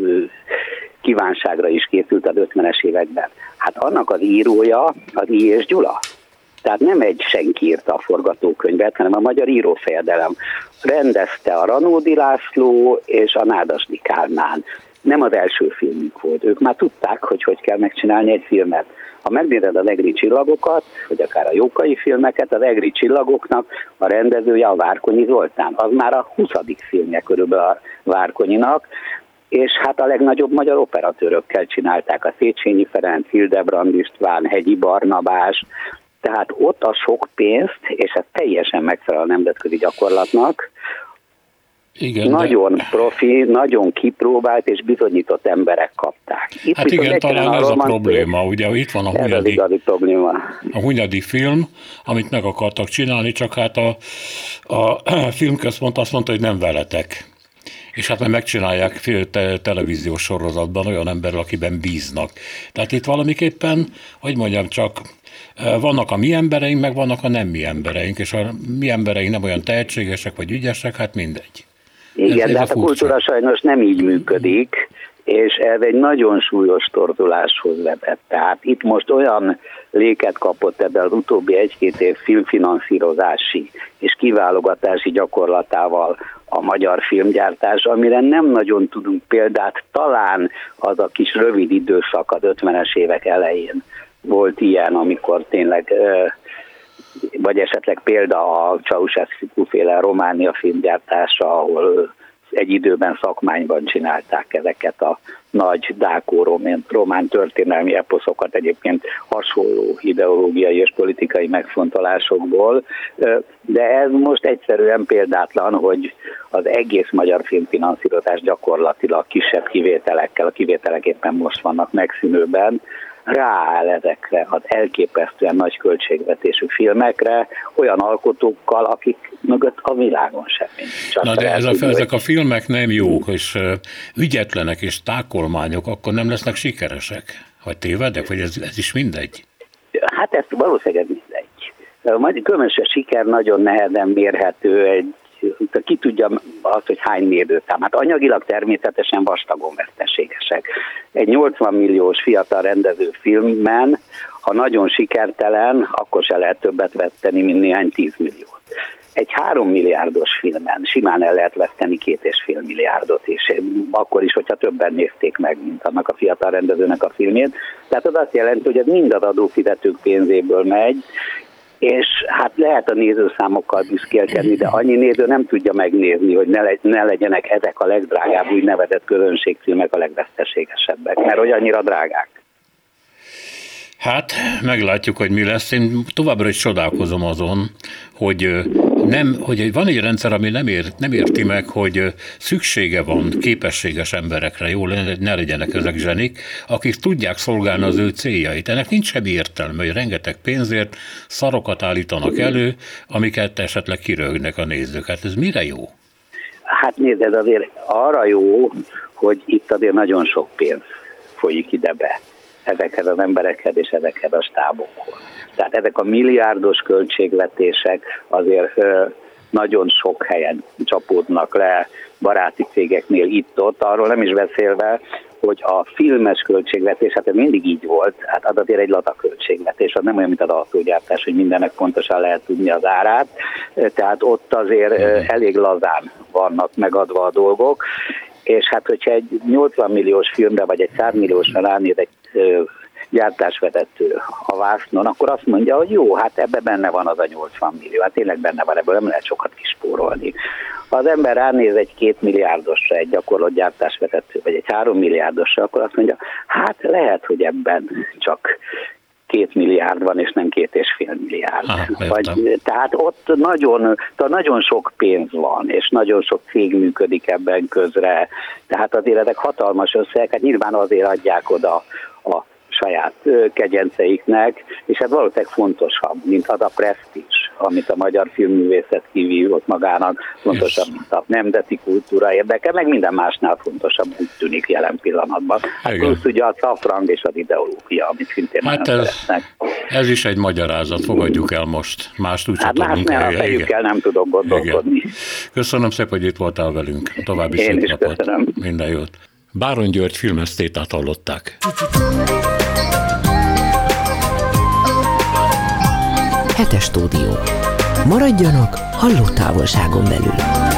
kívánságra is készült az 50-es években, hát annak az írója az I. és Gyula. Tehát nem egy senki írta a forgatókönyvet, hanem a magyar írófejedelem. Rendezte a Ranódi László és a Nádasdy Kálmán. Nem az első filmük volt. Ők már tudták, hogy kell megcsinálni egy filmet. Ha megnézed az Egri csillagokat, vagy akár a Jókai filmeket, az Egri csillagoknak a rendezője a Várkonyi Zoltán. Az már a 20. filmje körülbelül a Várkonyinak, és hát a legnagyobb magyar operatőrökkel csinálták, a Széchenyi Ferenc, Hildebrand István, Hegyi Barnabás, tehát ott a sok pénzt, és ez teljesen megfelel a nemzetközi gyakorlatnak, igen, nagyon profi, nagyon kipróbált és bizonyított emberek kapták. Itt hát igen, talán ez a probléma, ugye itt van a Hunyadi film, amit meg akartak csinálni, csak hát a filmközpont azt mondta, hogy nem veletek. És hát megcsinálják televíziós sorozatban olyan emberrel, akiben bíznak. Tehát itt valamiképpen, hogy mondjam, csak vannak a mi embereink, meg vannak a nem mi embereink, és a mi embereink nem olyan tehetségesek vagy ügyesek, hát mindegy. Igen, de hát a kultúra sajnos nem így működik, és ez egy nagyon súlyos torzuláshoz vezet. Tehát itt most olyan léket kapott ebben az utóbbi 1-2 év filmfinanszírozási és kiválogatási gyakorlatával a magyar filmgyártás, amire nem nagyon tudunk példát, talán az a kis rövid időszak az 50-es évek elején volt ilyen, amikor tényleg, vagy esetleg példa a Ceausescu-féle Románia filmgyártása, ahol egy időben szakmányban csinálták ezeket a nagy dákó román történelmi eposzokat, egyébként hasonló ideológiai és politikai megfontolásokból, de ez most egyszerűen példátlan, hogy az egész magyar filmfinanszírozás gyakorlatilag kisebb kivételekkel, a kivételek éppen most vannak megszűnőben, rááll ezekre az elképesztően nagy költségvetésű filmekre, olyan alkotókkal, akik mögött a világon semmi. Na de ezek a filmek nem jók, és ügyetlenek, és tákolmányok, akkor nem lesznek sikeresek? Vagy tévedek, vagy ez is mindegy? Hát ez valószínűleg mindegy. Különösen a siker nagyon nehezen mérhető, ki tudja azt, hogy hány nézőszám. Hát anyagilag természetesen vastagon veszteségesek. Egy 80 milliós fiatal rendező filmben, ha nagyon sikertelen, akkor se lehet többet veszteni, mint néhány 10 milliót. Egy 3 milliárdos filmen simán el lehet veszteni 2,5 milliárdot is, akkor is, hogyha többen nézték meg, mint annak a fiatal rendezőnek a filmjét. Tehát az azt jelenti, hogy ez mind az adófizetők pénzéből megy, és hát lehet a nézőszámokkal büszkélkedni, de annyi néző nem tudja megnézni, hogy ne legyenek ezek a legdrágább úgynevezett közönségfilmek a legveszteségesebbek, mert hogy annyira drágák. Hát, meglátjuk, hogy mi lesz. Én továbbra is csodálkozom azon, hogy van egy rendszer, ami nem érti meg, hogy szüksége van képességes emberekre, jó, ne legyenek ezek zsenik, akik tudják szolgálni az ő céljait. Ennek nincs semmi értelme, hogy rengeteg pénzért szarokat állítanak elő, amiket esetleg kirögnek a nézők. Hát ez mire jó? Hát nézd, ez azért arra jó, hogy itt azért nagyon sok pénz folyik ide be ezekhez az emberekhez és ezekhez a stábokhoz. Tehát ezek a milliárdos költségvetések azért nagyon sok helyen csapódnak le baráti cégeknél itt-ott, arról nem is beszélve, hogy a filmes költségvetés, hát ez mindig így volt, hát az azért egy lata költségvetés, az nem olyan, mint az autógyártás, hogy mindennek pontosan lehet tudni az árát, tehát ott azért elég lazán vannak megadva a dolgok, és hát hogyha egy 80 milliós filmre vagy egy 100 milliósra ránéz egy gyártásvezető a vásznon, akkor azt mondja, hogy jó, hát ebben benne van az a 80 millió, hát tényleg benne van, ebből nem lehet sokat kispórolni. Ha az ember ránéz egy 2 milliárdosra, egy gyakorlott gyártásvezető, vagy egy 3 milliárdosra, akkor azt mondja, hát lehet, hogy ebben csak 2 milliárd van, és nem 2,5 milliárd. Tehát ott nagyon sok pénz van, és nagyon sok cég működik ebben közre. Tehát azért ezek hatalmas összegek, hát nyilván azért adják oda a saját kegyenceiknek, és hát valószínűleg fontosabb, mint az a presztízs, amit a magyar filmművészet kivívott magának, fontosabb, mint a nemzeti kultúra érdeke, meg minden másnál fontosabb, úgy tűnik jelen pillanatban. Hát plusz ugye a szafrang és az ideológia, amit szintén hát ez is egy magyarázat, fogadjuk el most. Mást úgy tudunk. Hát a fejükkel nem tudok gondolkodni. Igen. Köszönöm szépen, hogy itt voltál velünk. További szép napot. Köszönöm. Minden jót. Báron György filmesztétát hallották. Hetes stúdió. Maradjanak hallótávolságon belül.